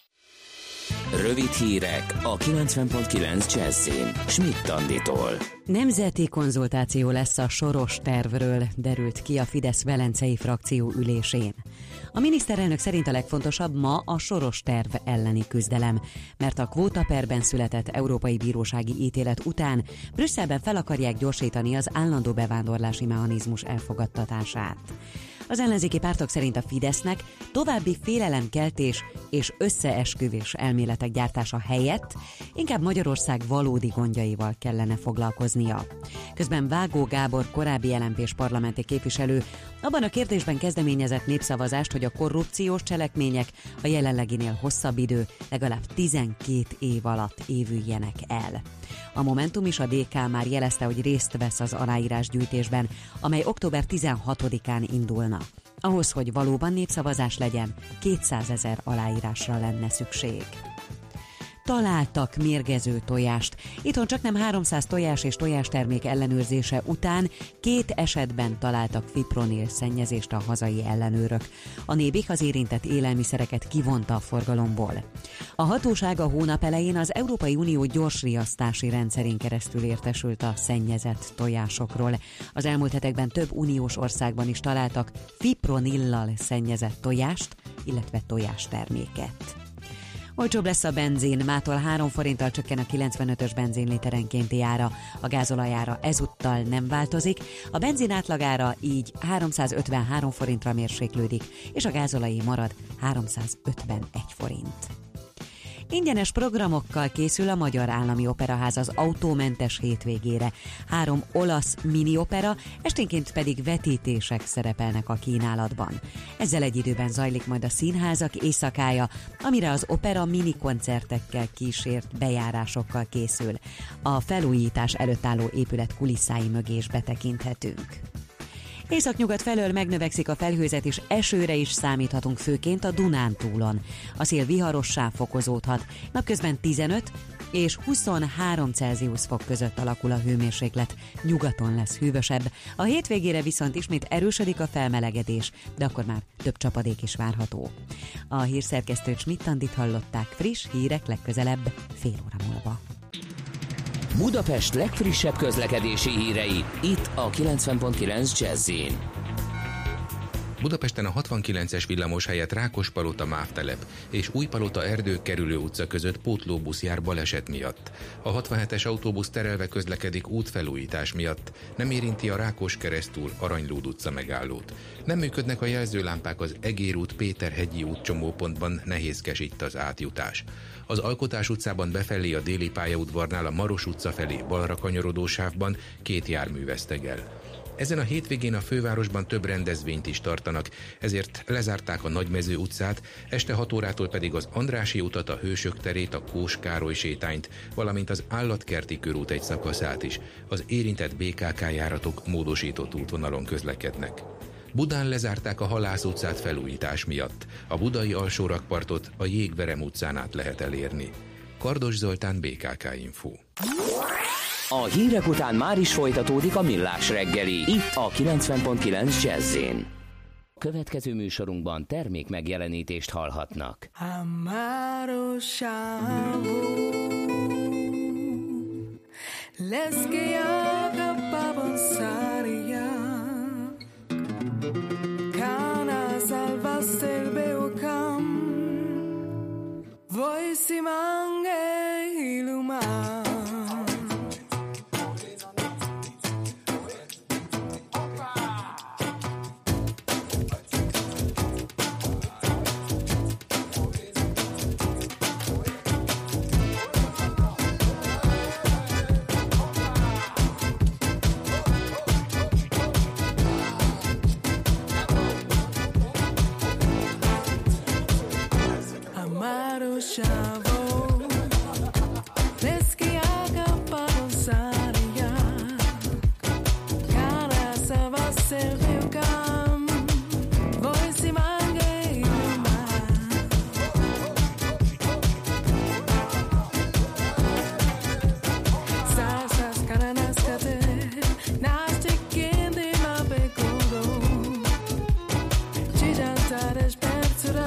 Rövid hírek a kilencven pont kilenc Jazz-in Schmidt Anditól. Nemzeti konzultáció lesz a Soros tervről, derült ki a Fidesz velencei frakció ülésén. A miniszterelnök szerint a legfontosabb ma a Soros terv elleni küzdelem, mert a kvótaperben született európai bírósági ítélet után Brüsszelben fel akarják gyorsítani az állandó bevándorlási mechanizmus elfogadtatását. Az ellenzéki pártok szerint a Fidesznek további félelemkeltés és összeesküvés elméletek gyártása helyett inkább Magyarország valódi gondjaival kellene foglalkoznia. Közben Vágó Gábor korábbi el em pés parlamenti képviselő abban a kérdésben kezdeményezett népszavazást, hogy a korrupciós cselekmények a jelenleginél hosszabb idő, legalább tizenkét év alatt évüljenek el. A Momentum és a dé ká már jelezte, hogy részt vesz az aláírásgyűjtésben, amely október tizenhatodikán indulna. Ahhoz, hogy valóban népszavazás legyen, kétszázezer aláírásra lenne szükség. Találtak mérgező tojást. Itthon csaknem háromszáz tojás és tojástermék ellenőrzése után két esetben találtak fipronil szennyezést a hazai ellenőrök. A Nébik az érintett élelmiszereket kivonta a forgalomból. A hatóság a hónap elején az Európai Unió gyorsriasztási rendszerén keresztül értesült a szennyezett tojásokról. Az elmúlt hetekben több uniós országban is találtak fipronillal szennyezett tojást, illetve tojásterméket. Olcsóbb lesz a benzin, mától három forinttal csökken a kilencvenötös benzinliterenkénti ára, a gázolajára ezúttal nem változik, a benzin átlagára így háromszázötvenhárom forintra mérséklődik, és a gázolai marad háromszázötvenegy forint. Ingyenes programokkal készül a Magyar Állami Operaház az autómentes hétvégére. Három olasz mini-opera, esténként pedig vetítések szerepelnek a kínálatban. Ezzel egy időben zajlik majd a színházak éjszakája, amire az opera mini-koncertekkel kísért bejárásokkal készül. A felújítás előtt álló épület kulisszái mögé is betekinthetünk. Északnyugat felől megnövekszik a felhőzet, és esőre is számíthatunk, főként a Dunántúlon. A szél viharossá fokozódhat, napközben tizenöt és huszonhárom Celsius fok között alakul a hőmérséklet, nyugaton lesz hűvösebb, a hétvégére viszont ismét erősödik a felmelegedés, de akkor már több csapadék is várható. A hírszerkesztőt Schmidt-Andit hallották, friss hírek legközelebb fél óra múlva. Budapest legfrissebb közlekedési hírei, itt a kilencven pont kilenc Jazz-in. Budapesten a hatvankilences villamos helyett Rákospalota mávtelep és Újpalota Erdők kerülő utca között pótlóbusz jár baleset miatt. A hatvanhetes autóbusz terelve közlekedik útfelújítás miatt, nem érinti a Rákoskeresztúr Aranylód utca megállót. Nem működnek a jelzőlámpák az Egér út Péterhegyi út csomópontban, nehézkes itt az átjutás. Az Alkotás utcában befelé a déli pályaudvarnál a Maros utca felé balra kanyarodó sávban két jármű vesztegel. Ezen a hétvégén a fővárosban több rendezvényt is tartanak, ezért lezárták a Nagymező utcát, este hat órától pedig az Andrássy utat, a Hősök terét, a Kós Károly sétányt, valamint az Állatkerti körút egy szakaszát is. Az érintett bé ká ká járatok módosított útvonalon közlekednek. Budán lezárták a Halász utcát felújítás miatt. A budai alsórakpartot a Jégverem utcán át lehet elérni. Kardos Zoltán, bé ká ká Info. A hírek után már is folytatódik a Millás reggeli, itt a kilencven pont kilenc Jazz-én. Következő műsorunkban termék megjelenítést hallhatnak. Amaro Chavo, les que acababan Cana salvaste el beocam, voi si mange ilumar. Chavo, les que acabaron saria, cara se va a servir cam, voi si mange ilumar. Sasas cananas cate, naste kindi ma becudo, chillanta despertura.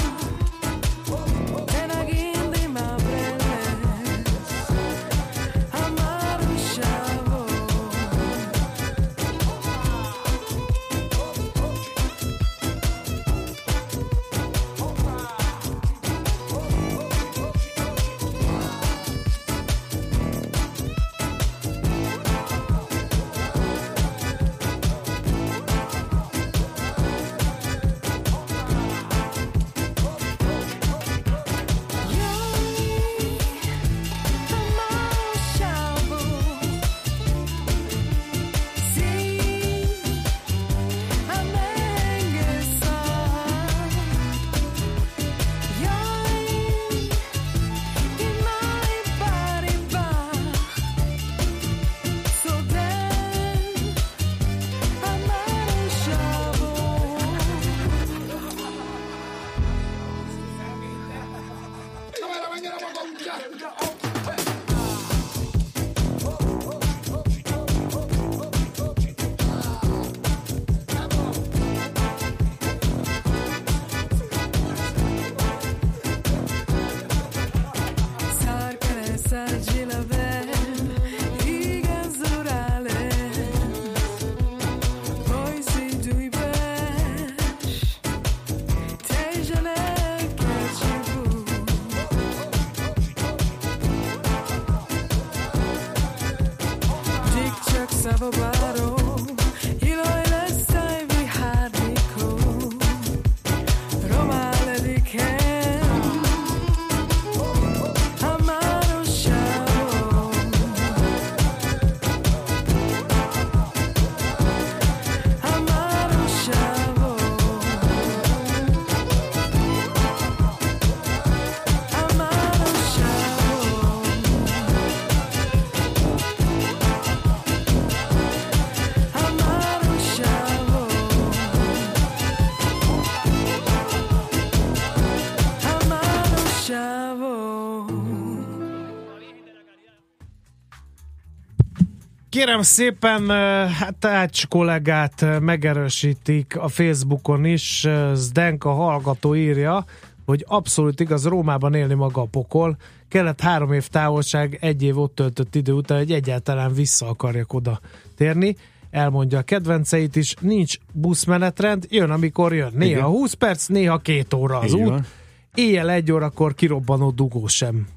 Kérem szépen, hát Ács kollégát megerősítik a Facebookon is, Zdenka hallgató írja, hogy abszolút igaz, Rómában élni maga a pokol, kellett három év távolság, egy év ott töltött idő után, hogy egyáltalán vissza akarjak oda térni, elmondja a kedvenceit is, nincs buszmenetrend, jön amikor jön, néha igen. húsz perc, néha két óra az út, éjjel egy órakor kirobbanó dugó sem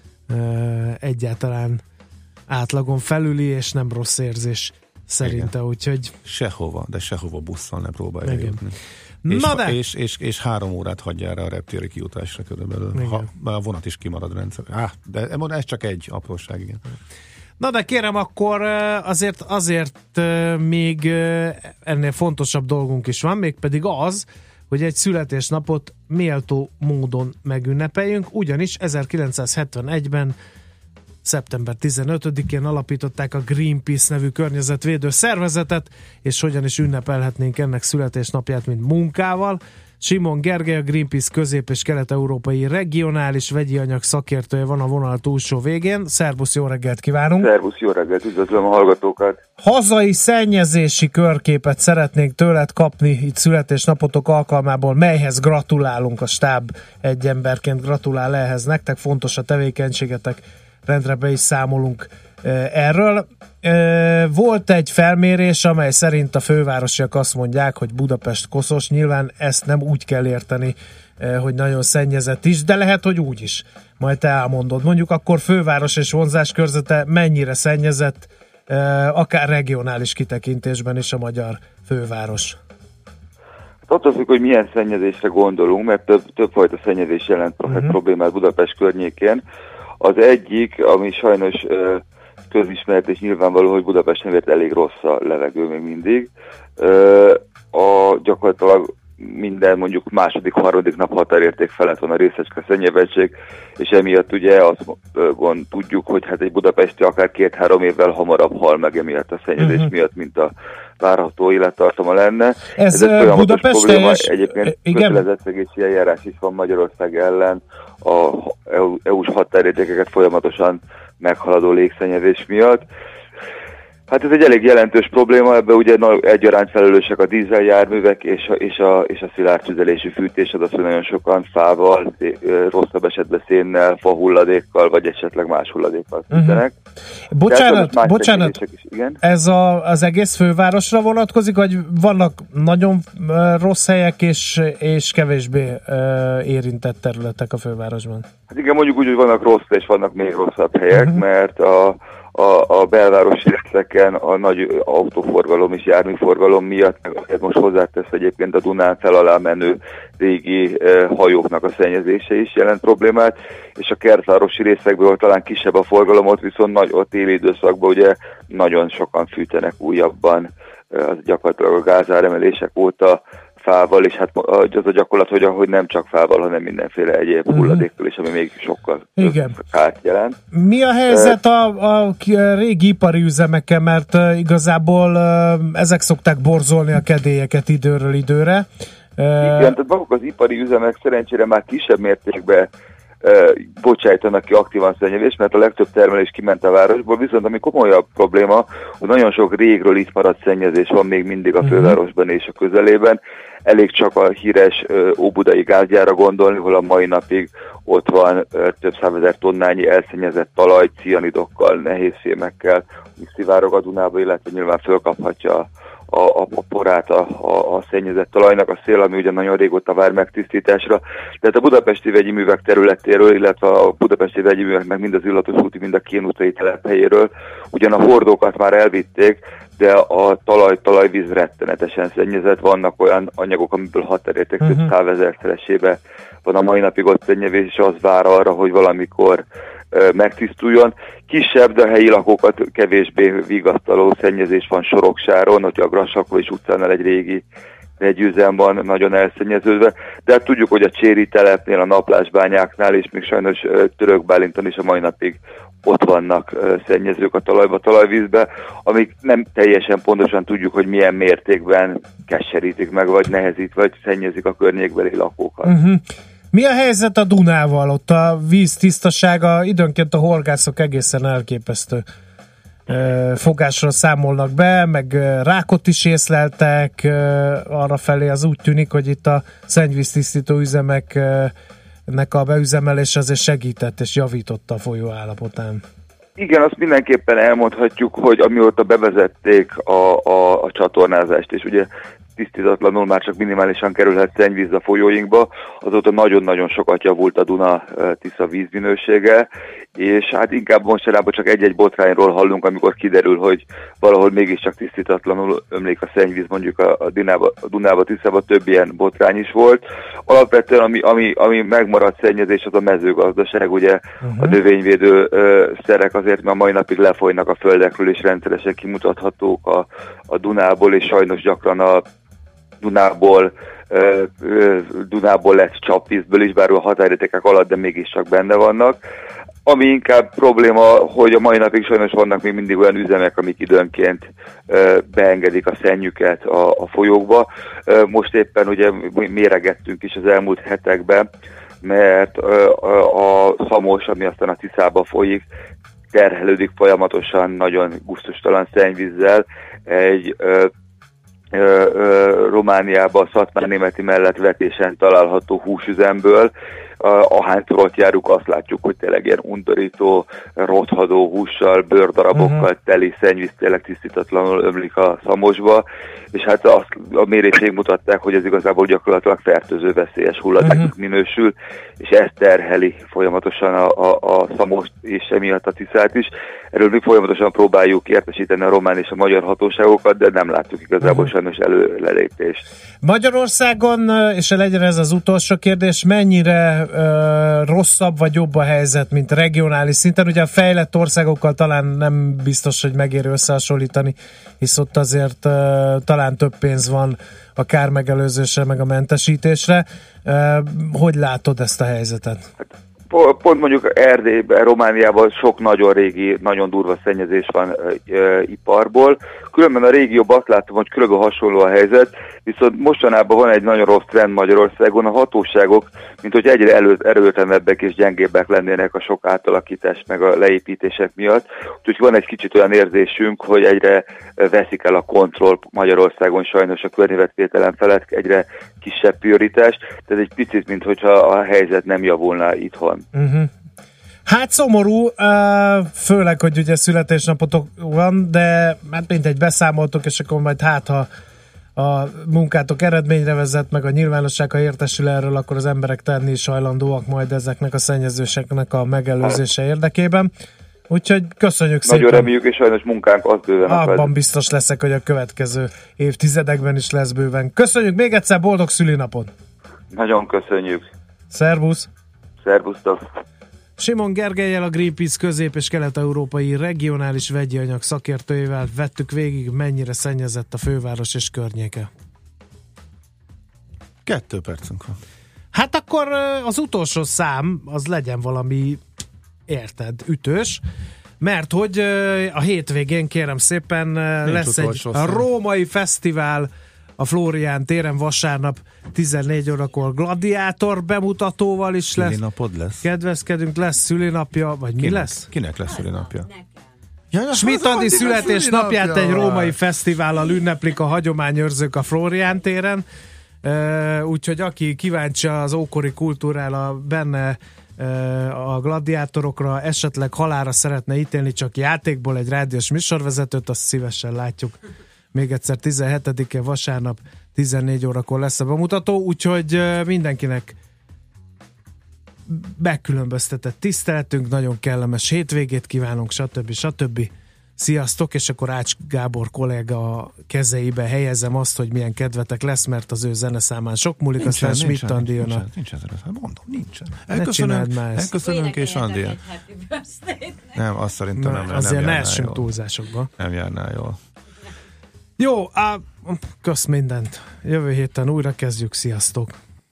e, egyáltalán átlagon felüli, és nem rossz érzés szerinte, igen. Úgyhogy... Sehova, de sehova busszal ne próbálja jutni. És, Na de... és, és, és három órát hagyjál rá a reptéri kijutásra körülbelül, igen. ha a vonat is kimarad rendszer. Á, de ez csak egy apróság, igen. Na de kérem, akkor azért, azért még ennél fontosabb dolgunk is van, mégpedig az, hogy egy születésnapot méltó módon megünnepeljünk, ugyanis ezerkilencszázhetvenegyben szeptember tizenötödikén alapították a Greenpeace nevű környezetvédő szervezetet, és hogyan is ünnepelhetnénk ennek születésnapját, mint munkával. Simon Gergely, a Greenpeace közép- és kelet-európai regionális vegyi anyag szakértője van a vonal túlsó végén. Szervusz, jó reggelt kívánunk! Szervusz, jó reggelt, üdvözlöm a hallgatókat! Hazai szennyezési körképet szeretnénk tőled kapni itt születésnapotok alkalmából, melyhez gratulálunk, a stáb egy emberként gratulál ehhez nektek, fontos a tevékenységetek, rendre be is számolunk erről. Volt egy felmérés, amely szerint a fővárosiak azt mondják, hogy Budapest koszos, nyilván ezt nem úgy kell érteni, hogy nagyon szennyezett is, de lehet, hogy úgy is. Majd te elmondod. Mondjuk akkor főváros és vonzáskörzete mennyire szennyezett, akár regionális kitekintésben is a magyar főváros? Attól függ, hogy milyen szennyezésre gondolunk, mert több, többfajta szennyezés jelent uh-huh. problémát Budapest környékén. Az egyik, ami sajnos uh, közismert és nyilvánvaló, hogy Budapest nevért elég rossz a levegő még mindig. Uh, a gyakorlatilag minden mondjuk második, harmadik nap határérték felett van a részecske szennyezettség, és emiatt ugye azt uh, tudjuk, hogy hát egy budapesti akár két-három évvel hamarabb hal meg emiatt a szennyezés uh-huh. miatt, mint a várható élettartama lenne. Ez, Ez egy folyamatos Budapest probléma, teljes... egyébként kötelezettségési eljárás is van Magyarország ellen a é u-s határértékeket folyamatosan meghaladó légszennyezés miatt. Hát ez egy elég jelentős probléma, ebben ugye egyaránt felelősek a dízeljárművek és a, és a, és a szilárd tüzelésű fűtés, az, hogy nagyon sokan fával, rosszabb esetben szénnel, fahulladékkal, vagy esetleg más hulladékkal fűtenek. Uh-huh. Bocsánat, bocsánat is, igen? Ez a, az egész fővárosra vonatkozik, vagy vannak nagyon rossz helyek és, és kevésbé uh, érintett területek a fővárosban? Hát igen, mondjuk úgy, hogy vannak rossz és vannak még rosszabb helyek, uh-huh. mert a A, a belvárosi részeken a nagy autóforgalom és járműforgalom miatt, meg most hozzátesz egyébként a Dunán fel alá menő régi eh, hajóknak a szennyezése is jelent problémát, és a kertvárosi részekből, ahol talán kisebb a forgalom, ott viszont nagy, ott téli időszakban ugye nagyon sokan fűtenek újabban, eh, az gyakorlatilag a gázáremelések óta fával, és hát az a gyakorlat, hogy, hogy nem csak fával, hanem mindenféle egyéb uh-huh. hulladékkal is, ami még sokkal kárt jelent. Mi a helyzet a, a régi ipari üzemekkel, mert uh, igazából uh, ezek szokták borzolni a kedélyeket időről időre. Uh, Igen, tehát maguk az ipari üzemek szerencsére már kisebb mértékben uh, bocsájtanak ki aktívan szennyezést, mert a legtöbb termelés kiment a városból, viszont ami komolyabb probléma, hogy nagyon sok régről itt maradt szennyezés van még mindig a uh-huh. fővárosban és a közelében. Elég csak a híres uh, óbudai gázgyárra gondolni, hol a mai napig ott van uh, több százezer tonnányi elszennyezett talaj, cianidokkal, nehézfémekkel, mi szivárog a Dunába, illetve nyilván fölkaphatja a, a, a porát a, a, a szennyezett talajnak a szél, ami ugye nagyon régóta vár megtisztításra. Tehát a budapesti vegyi művek területéről, illetve a budapesti vegyi művek meg mind az illatos úti, mind a kénútai telephelyéről ugyan a hordókat már elvitték, de a talaj, talajvíz rettenetesen szennyezett, vannak olyan anyagok, amiből határérték több uh-huh. szávezerszeresébe van a mai napig ott szennyezés, és az vár arra, hogy valamikor uh, megtisztuljon. Kisebb, de a helyi lakókat kevésbé vigasztaló szennyezés van Soroksáron, hogy a Grassalkovich utcánál egy régi vegyüzem van nagyon elszennyeződve, de hát tudjuk, hogy a Cséri telepnél, a Naplásbányáknál, és még sajnos uh, Török Bálinton is a mai napig ott vannak uh, szennyezők a talajba, talajvízbe, amik nem teljesen pontosan tudjuk, hogy milyen mértékben keserítik meg, vagy nehezít, vagy szennyezik a környékbeli lakókat. Uh-huh. Mi a helyzet a Dunával? Ott a víz tisztasága, időnként a horgászok egészen elképesztő uh, fogásra számolnak be, meg uh, rákot is észleltek, uh, arra felé az úgy tűnik, hogy itt a szennyvíztisztító üzemek uh, nek a beüzemelés azért segített és javította a folyó állapotán. Igen, azt mindenképpen elmondhatjuk, hogy amióta bevezették a, a, a csatornázást, és ugye tisztítatlanul már csak minimálisan kerülhet szennyvíz a folyóinkba, azóta nagyon-nagyon sokat javult a Duna-Tisza vízminősége, és hát inkább mostanában csak egy-egy botrányról hallunk, amikor kiderül, hogy valahol mégiscsak tisztítatlanul ömlik a szennyvíz, mondjuk a, a, Dunába, a Dunába, Tiszába több ilyen botrány is volt. Alapvetően ami, ami, ami megmaradt szennyezés, az a mezőgazdaság, ugye uh-huh. a növényvédő ö, szerek azért a mai napig lefolynak a földekről, és rendszeresen kimutathatók a, a Dunából, és sajnos gyakran a Dunából ö, ö, Dunából lesz csapvízből is, bár a határértékek alatt, de mégiscsak benne vannak. Ami inkább probléma, hogy a mai napig sajnos vannak még mindig olyan üzemek, amik időnként ö, beengedik a szennyüket a, a folyókba. Ö, most éppen ugye méregettünk is az elmúlt hetekben, mert ö, a Szamos, ami aztán a Tiszába folyik, terhelődik folyamatosan nagyon gusztustalan szennyvízzel egy ö, ö, ö, Romániában, Szatmár-Németi mellett vetésen található húsüzemből. Ahányszor járunk, azt látjuk, hogy tényleg ilyen undorító, rothadó hússal, bőrdarabokkal uh-huh. teli szennyvíz tényleg tisztítatlanul ömlik a Szamosba, és hát azt a méréség mutatták, hogy ez igazából gyakorlatilag fertőző veszélyes hulladéknak uh-huh. minősül, és ez terheli folyamatosan a, a, a Szamost, és emiatt a Tiszát is. Erről mi folyamatosan próbáljuk értesíteni a román és a magyar hatóságokat, de nem láttuk igazából uh-huh. sajnos előrelépést. Magyarországon, és legyen ez az utolsó kérdés, mennyire uh, rosszabb vagy jobb a helyzet, mint regionális szinten? Ugye a fejlett országokkal talán nem biztos, hogy megérő összehasonlítani, hisz ott azért uh, talán több pénz van a kár megelőzésre, meg a mentesítésre. Uh, hogy látod ezt a helyzetet? Hát, pont mondjuk Erdélyben, Romániában sok nagyon régi, nagyon durva szennyezés van e, e, iparból. Különben a régióban azt látom, hogy körülbelül hasonló a helyzet, viszont mostanában van egy nagyon rossz trend Magyarországon. A hatóságok, mint hogy egyre elő, erőtlenebbek és gyengébbek lennének a sok átalakítás meg a leépítések miatt. Úgyhogy van egy kicsit olyan érzésünk, hogy egyre veszik el a kontroll Magyarországon sajnos a környezetvédelem felett, egyre kisebb prioritás. Tehát egy picit, mintha a helyzet nem javulna itthon. Uh-huh. Hát szomorú, főleg, hogy ugye születésnapotok van, de hát mindegy, beszámoltok, és akkor majd hát, ha a munkátok eredményre vezet, meg a nyilvánosság, ha értesül erről, akkor az emberek tenni is hajlandóak majd ezeknek a szennyezőseknek a megelőzése érdekében. Úgyhogy köszönjük szépen. Nagyon reméljük, és sajnos munkánk az bőven. Abban biztos leszek, hogy a következő évtizedekben is lesz bőven. Köszönjük még egyszer, boldog szülinapot! Nagyon köszönjük! Szervusz! Szervusztok! Simon Gergellyel, a Greenpeace közép- és kelet-európai regionális vegyi anyag szakértőjével vettük végig, mennyire szennyezett a főváros és környéke. Kettő percünk van. Hát akkor az utolsó szám az legyen valami, érted, ütős, mert hogy a hétvégén kérem szépen Nincs lesz egy a római fesztivál a Flórián téren vasárnap tizennégy órakor gladiátor bemutatóval is lesz. Szülinapod lesz? Kedvezkedünk, lesz szülinapja, vagy Kinek? mi lesz? Kinek lesz szülinapja? Ja, Schmidt-Andi születésnapját egy római fesztivállal ünneplik a hagyományőrzők a Flórián téren, uh, úgyhogy aki kíváncsi az ókori kultúrára benne uh, a gladiátorokra, esetleg halálra szeretne ítélni csak játékból egy rádiós műsorvezetőt, azt szívesen látjuk. Még egyszer tizenhetedike vasárnap tizennégy órakor lesz a bemutató, úgyhogy uh, mindenkinek megkülönböztetett tiszteletünk, nagyon kellemes hétvégét kívánunk, stb. stb. Sziasztok, és akkor Ács Gábor kolléga kezeibe helyezem azt, hogy milyen kedvetek lesz, mert az ő zeneszámán sok múlik, nincsen, aztán nincsen, Schmidt-Andi jön a... Nincsen zeneszámán, mondom, nincsen. Elköszönünk, elköszönünk és Andi. Nem, azt szerintem nem, nem azért nem ne essünk túlzásokba. Nem járnál jól. Jó, á, kösz mindent. Jövő héten újra kezdjük, sziasztok!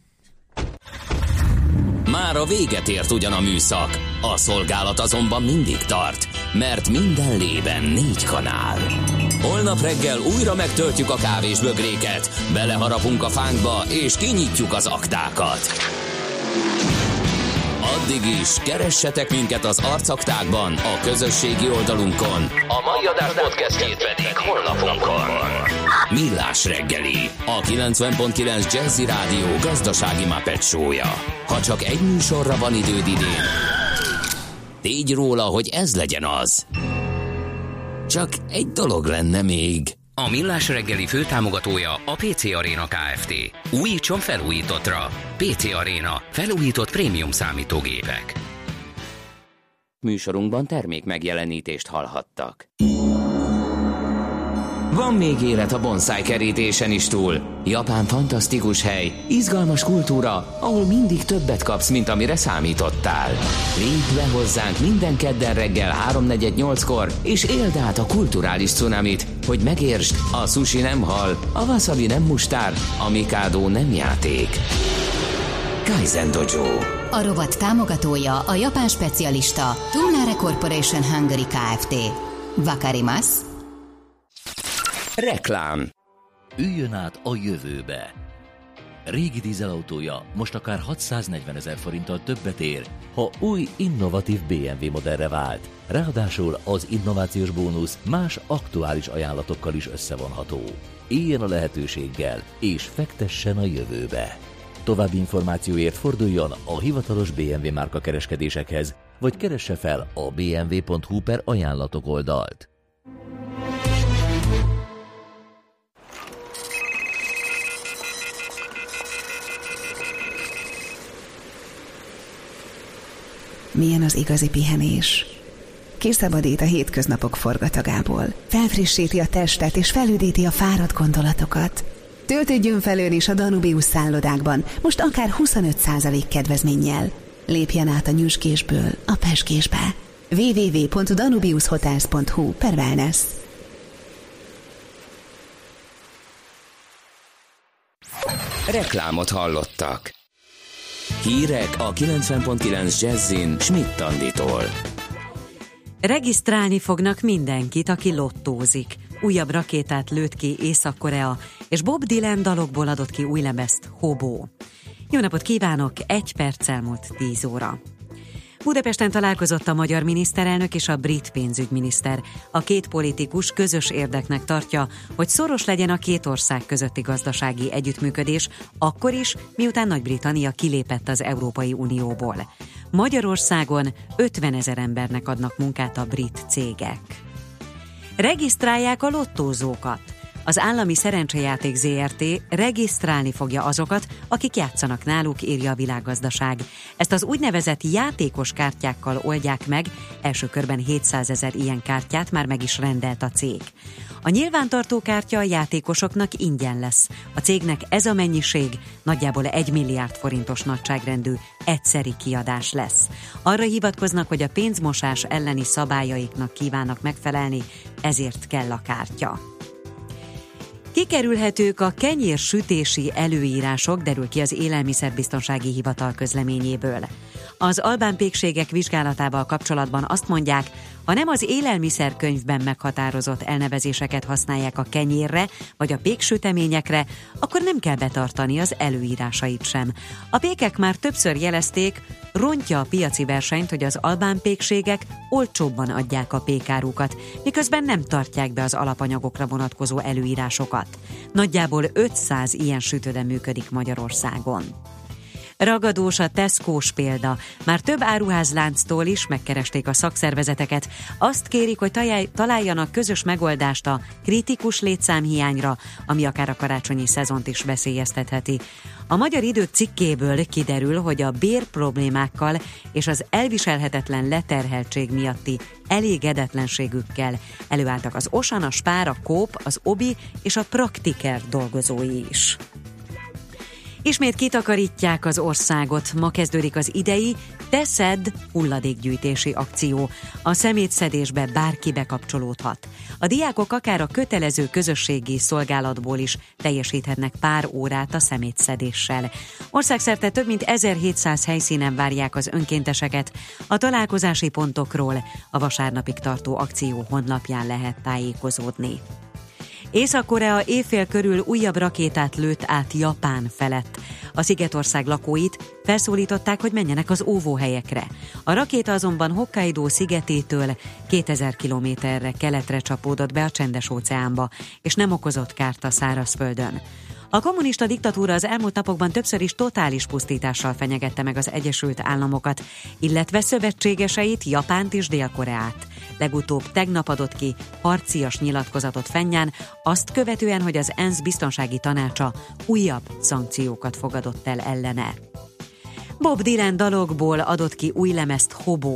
Már a véget ért ugyan a műszak, a szolgálat azonban mindig tart, mert minden lében négy kanál. Holnap reggel újra megtöltjük a kávésbögréket, beleharapunk a fánkba és kinyitjuk az aktákat. Addig is keressetek minket az arcaktákban, a közösségi oldalunkon. A mai adás podcastjét pedig honlapunkon. Millás reggeli, a kilencven pont kilenc Jazzy Rádió gazdasági Muppet show-ja. Ha csak egy műsorra van időd idén, tégy róla, hogy ez legyen az. Csak egy dolog lenne még. A Millás reggeli főtámogatója a pé cé Arena Kft. Újítson felújítottra. pé cé Arena. Felújított prémium számítógépek. Műsorunkban termék megjelenítést hallhattak. Van még élet a bonsai kerítésen is túl. Japán fantasztikus hely, izgalmas kultúra, ahol mindig többet kapsz, mint amire számítottál. Légy be hozzánk minden kedden reggel háromnegyed nyolckor, és éld át a kulturális cunamit, hogy megértsd, a sushi nem hal, a wasabi nem mustár, a mikádó nem játék. Kaizen Dojo. A rovat támogatója a japán specialista Tumnare Corporation Hungary Kft. Wakarimasu. Reklám. Üljön át a jövőbe. Régi dízelautója most akár hatszáznegyvenezer forinttal többet ér, ha új, innovatív bé em vé modellre vált. Ráadásul az innovációs bónusz más aktuális ajánlatokkal is összevonható. Éljen a lehetőséggel, és fektessen a jövőbe. További információért forduljon a hivatalos bé em vé márka kereskedésekhez, vagy keresse fel a bé em vé pont hu per ajánlatok oldalt. Milyen az igazi pihenés? Kiszabadít a hétköznapok forgatagából, felfrissíti a testet és felüdíti a fáradt gondolatokat. Töltődjön felőn is a Danubius szállodákban, most akár huszonöt százalék kedvezménnyel. Lépjen át a nyüzsgésből a pezsgésbe. double-u double-u double-u pont danubius hotels pont hu per wellness. Reklámot hallottak. Hírek a kilencven pont kilenc Jazzin Schmidt Anditól. Regisztrálni fognak mindenkit, aki lottózik. Újabb rakétát lőtt ki Észak-Korea, és Bob Dylan dalokból adott ki új lemezt, Hobo. Jó napot kívánok, egy perc elmúlt tíz óra. Budapesten találkozott a magyar miniszterelnök és a brit pénzügyminiszter. A két politikus közös érdeknek tartja, hogy szoros legyen a két ország közötti gazdasági együttműködés, akkor is, miután Nagy-Britannia kilépett az Európai Unióból. Magyarországon ötvenezer embernek adnak munkát a brit cégek. Regisztrálják a lottózókat. Az Állami Szerencsejáték zé er té regisztrálni fogja azokat, akik játszanak náluk, írja a Világgazdaság. Ezt az úgynevezett játékos kártyákkal oldják meg, első körben hétszázezer ilyen kártyát már meg is rendelt a cég. A nyilvántartó kártya a játékosoknak ingyen lesz. A cégnek ez a mennyiség nagyjából egy milliárd forintos nagyságrendű egyszeri kiadás lesz. Arra hivatkoznak, hogy a pénzmosás elleni szabályaiknak kívánnak megfelelni, ezért kell a kártya. Kikerülhetők a kenyérsütési előírások, derül ki az Élelmiszerbiztonsági Hivatal közleményéből. Az albán pékségek vizsgálatával kapcsolatban azt mondják, ha nem az élelmiszerkönyvben meghatározott elnevezéseket használják a kenyérre vagy a péksüteményekre, akkor nem kell betartani az előírásait sem. A pékek már többször jelezték, rontja a piaci versenyt, hogy az albán pékségek olcsóbban adják a pékárukat, miközben nem tartják be az alapanyagokra vonatkozó előírásokat. Nagyjából ötszáz ilyen sütőde működik Magyarországon. Ragadós a Tesco-s példa. Már több áruházlánctól is megkeresték a szakszervezeteket. Azt kérik, hogy találjanak közös megoldást a kritikus létszámhiányra, ami akár a karácsonyi szezont is veszélyeztetheti. A Magyar Idők cikkéből kiderül, hogy a bérproblémákkal és az elviselhetetlen leterheltség miatti elégedetlenségükkel előálltak az Osan, a Spár, a Coop, az Obi és a Praktiker dolgozói is. Ismét kitakarítják az országot. Ma kezdődik az idei Te szedd hulladékgyűjtési akció. A szemétszedésbe bárki bekapcsolódhat. A diákok akár a kötelező közösségi szolgálatból is teljesíthetnek pár órát a szemétszedéssel. Országszerte több mint ezerhétszáz helyszínen várják az önkénteseket. A találkozási pontokról a vasárnapig tartó akció honlapján lehet tájékozódni. Észak-Korea éjfél körül újabb rakétát lőtt át Japán felett. A szigetország lakóit felszólították, hogy menjenek az óvóhelyekre. A rakéta azonban Hokkaido szigetétől kétezer kilométerre keletre csapódott be a Csendes-óceánba, és nem okozott kárt a szárazföldön. A kommunista diktatúra az elmúlt napokban többször is totális pusztítással fenyegette meg az Egyesült Államokat, illetve szövetségeseit, Japánt és Dél-Koreát. Legutóbb tegnap adott ki harcias nyilatkozatot Phenján, azt követően, hogy az ENSZ biztonsági tanácsa újabb szankciókat fogadott el ellene. Bob Dylan dalokból adott ki új lemezt, Hobo.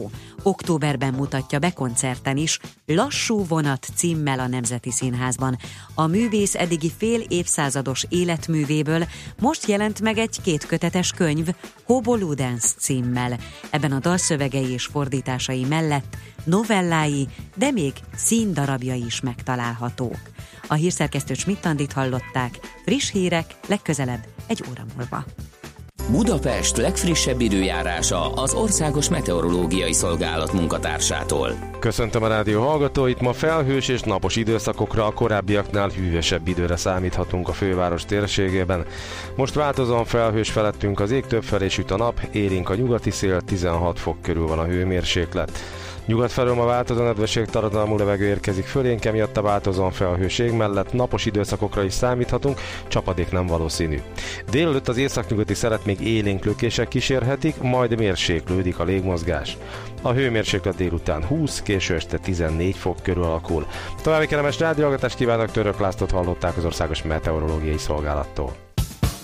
októberben mutatja be koncerten is, Lassú vonat címmel a Nemzeti Színházban. A művész eddigi fél évszázados életművéből most jelent meg egy kétkötetes könyv, Hobo Ludens címmel. Ebben a dalszövegei és fordításai mellett novellái, de még színdarabjai is megtalálhatók. A hírszerkesztő Schmidt-Andit hallották, friss hírek legközelebb egy óra múlva. Budapest legfrissebb időjárása az Országos Meteorológiai Szolgálat munkatársától. Köszöntöm a rádió hallgatóit, ma felhős és napos időszakokra, a korábbiaknál hűvösebb időre számíthatunk a főváros térségében. Most változóan felhős felettünk az ég, többfelé süt a nap, élénk a nyugati szél, tizenhat fok körül van a hőmérséklet. Nyugat felől ma változó nedvesség, taradalmú levegő érkezik fölénk, emiatt a változóan felhőség mellett napos időszakokra is számíthatunk, csapadék nem valószínű. Délelőtt az északnyugati szelet még élénk lökések kísérhetik, majd mérséklődik a légmozgás. A hőmérséklet délután húsz, késő este tizennégy fok körül alakul. További kellemes rádióhallgatást kívánok, Török Lászlót hallották az Országos Meteorológiai Szolgálattól.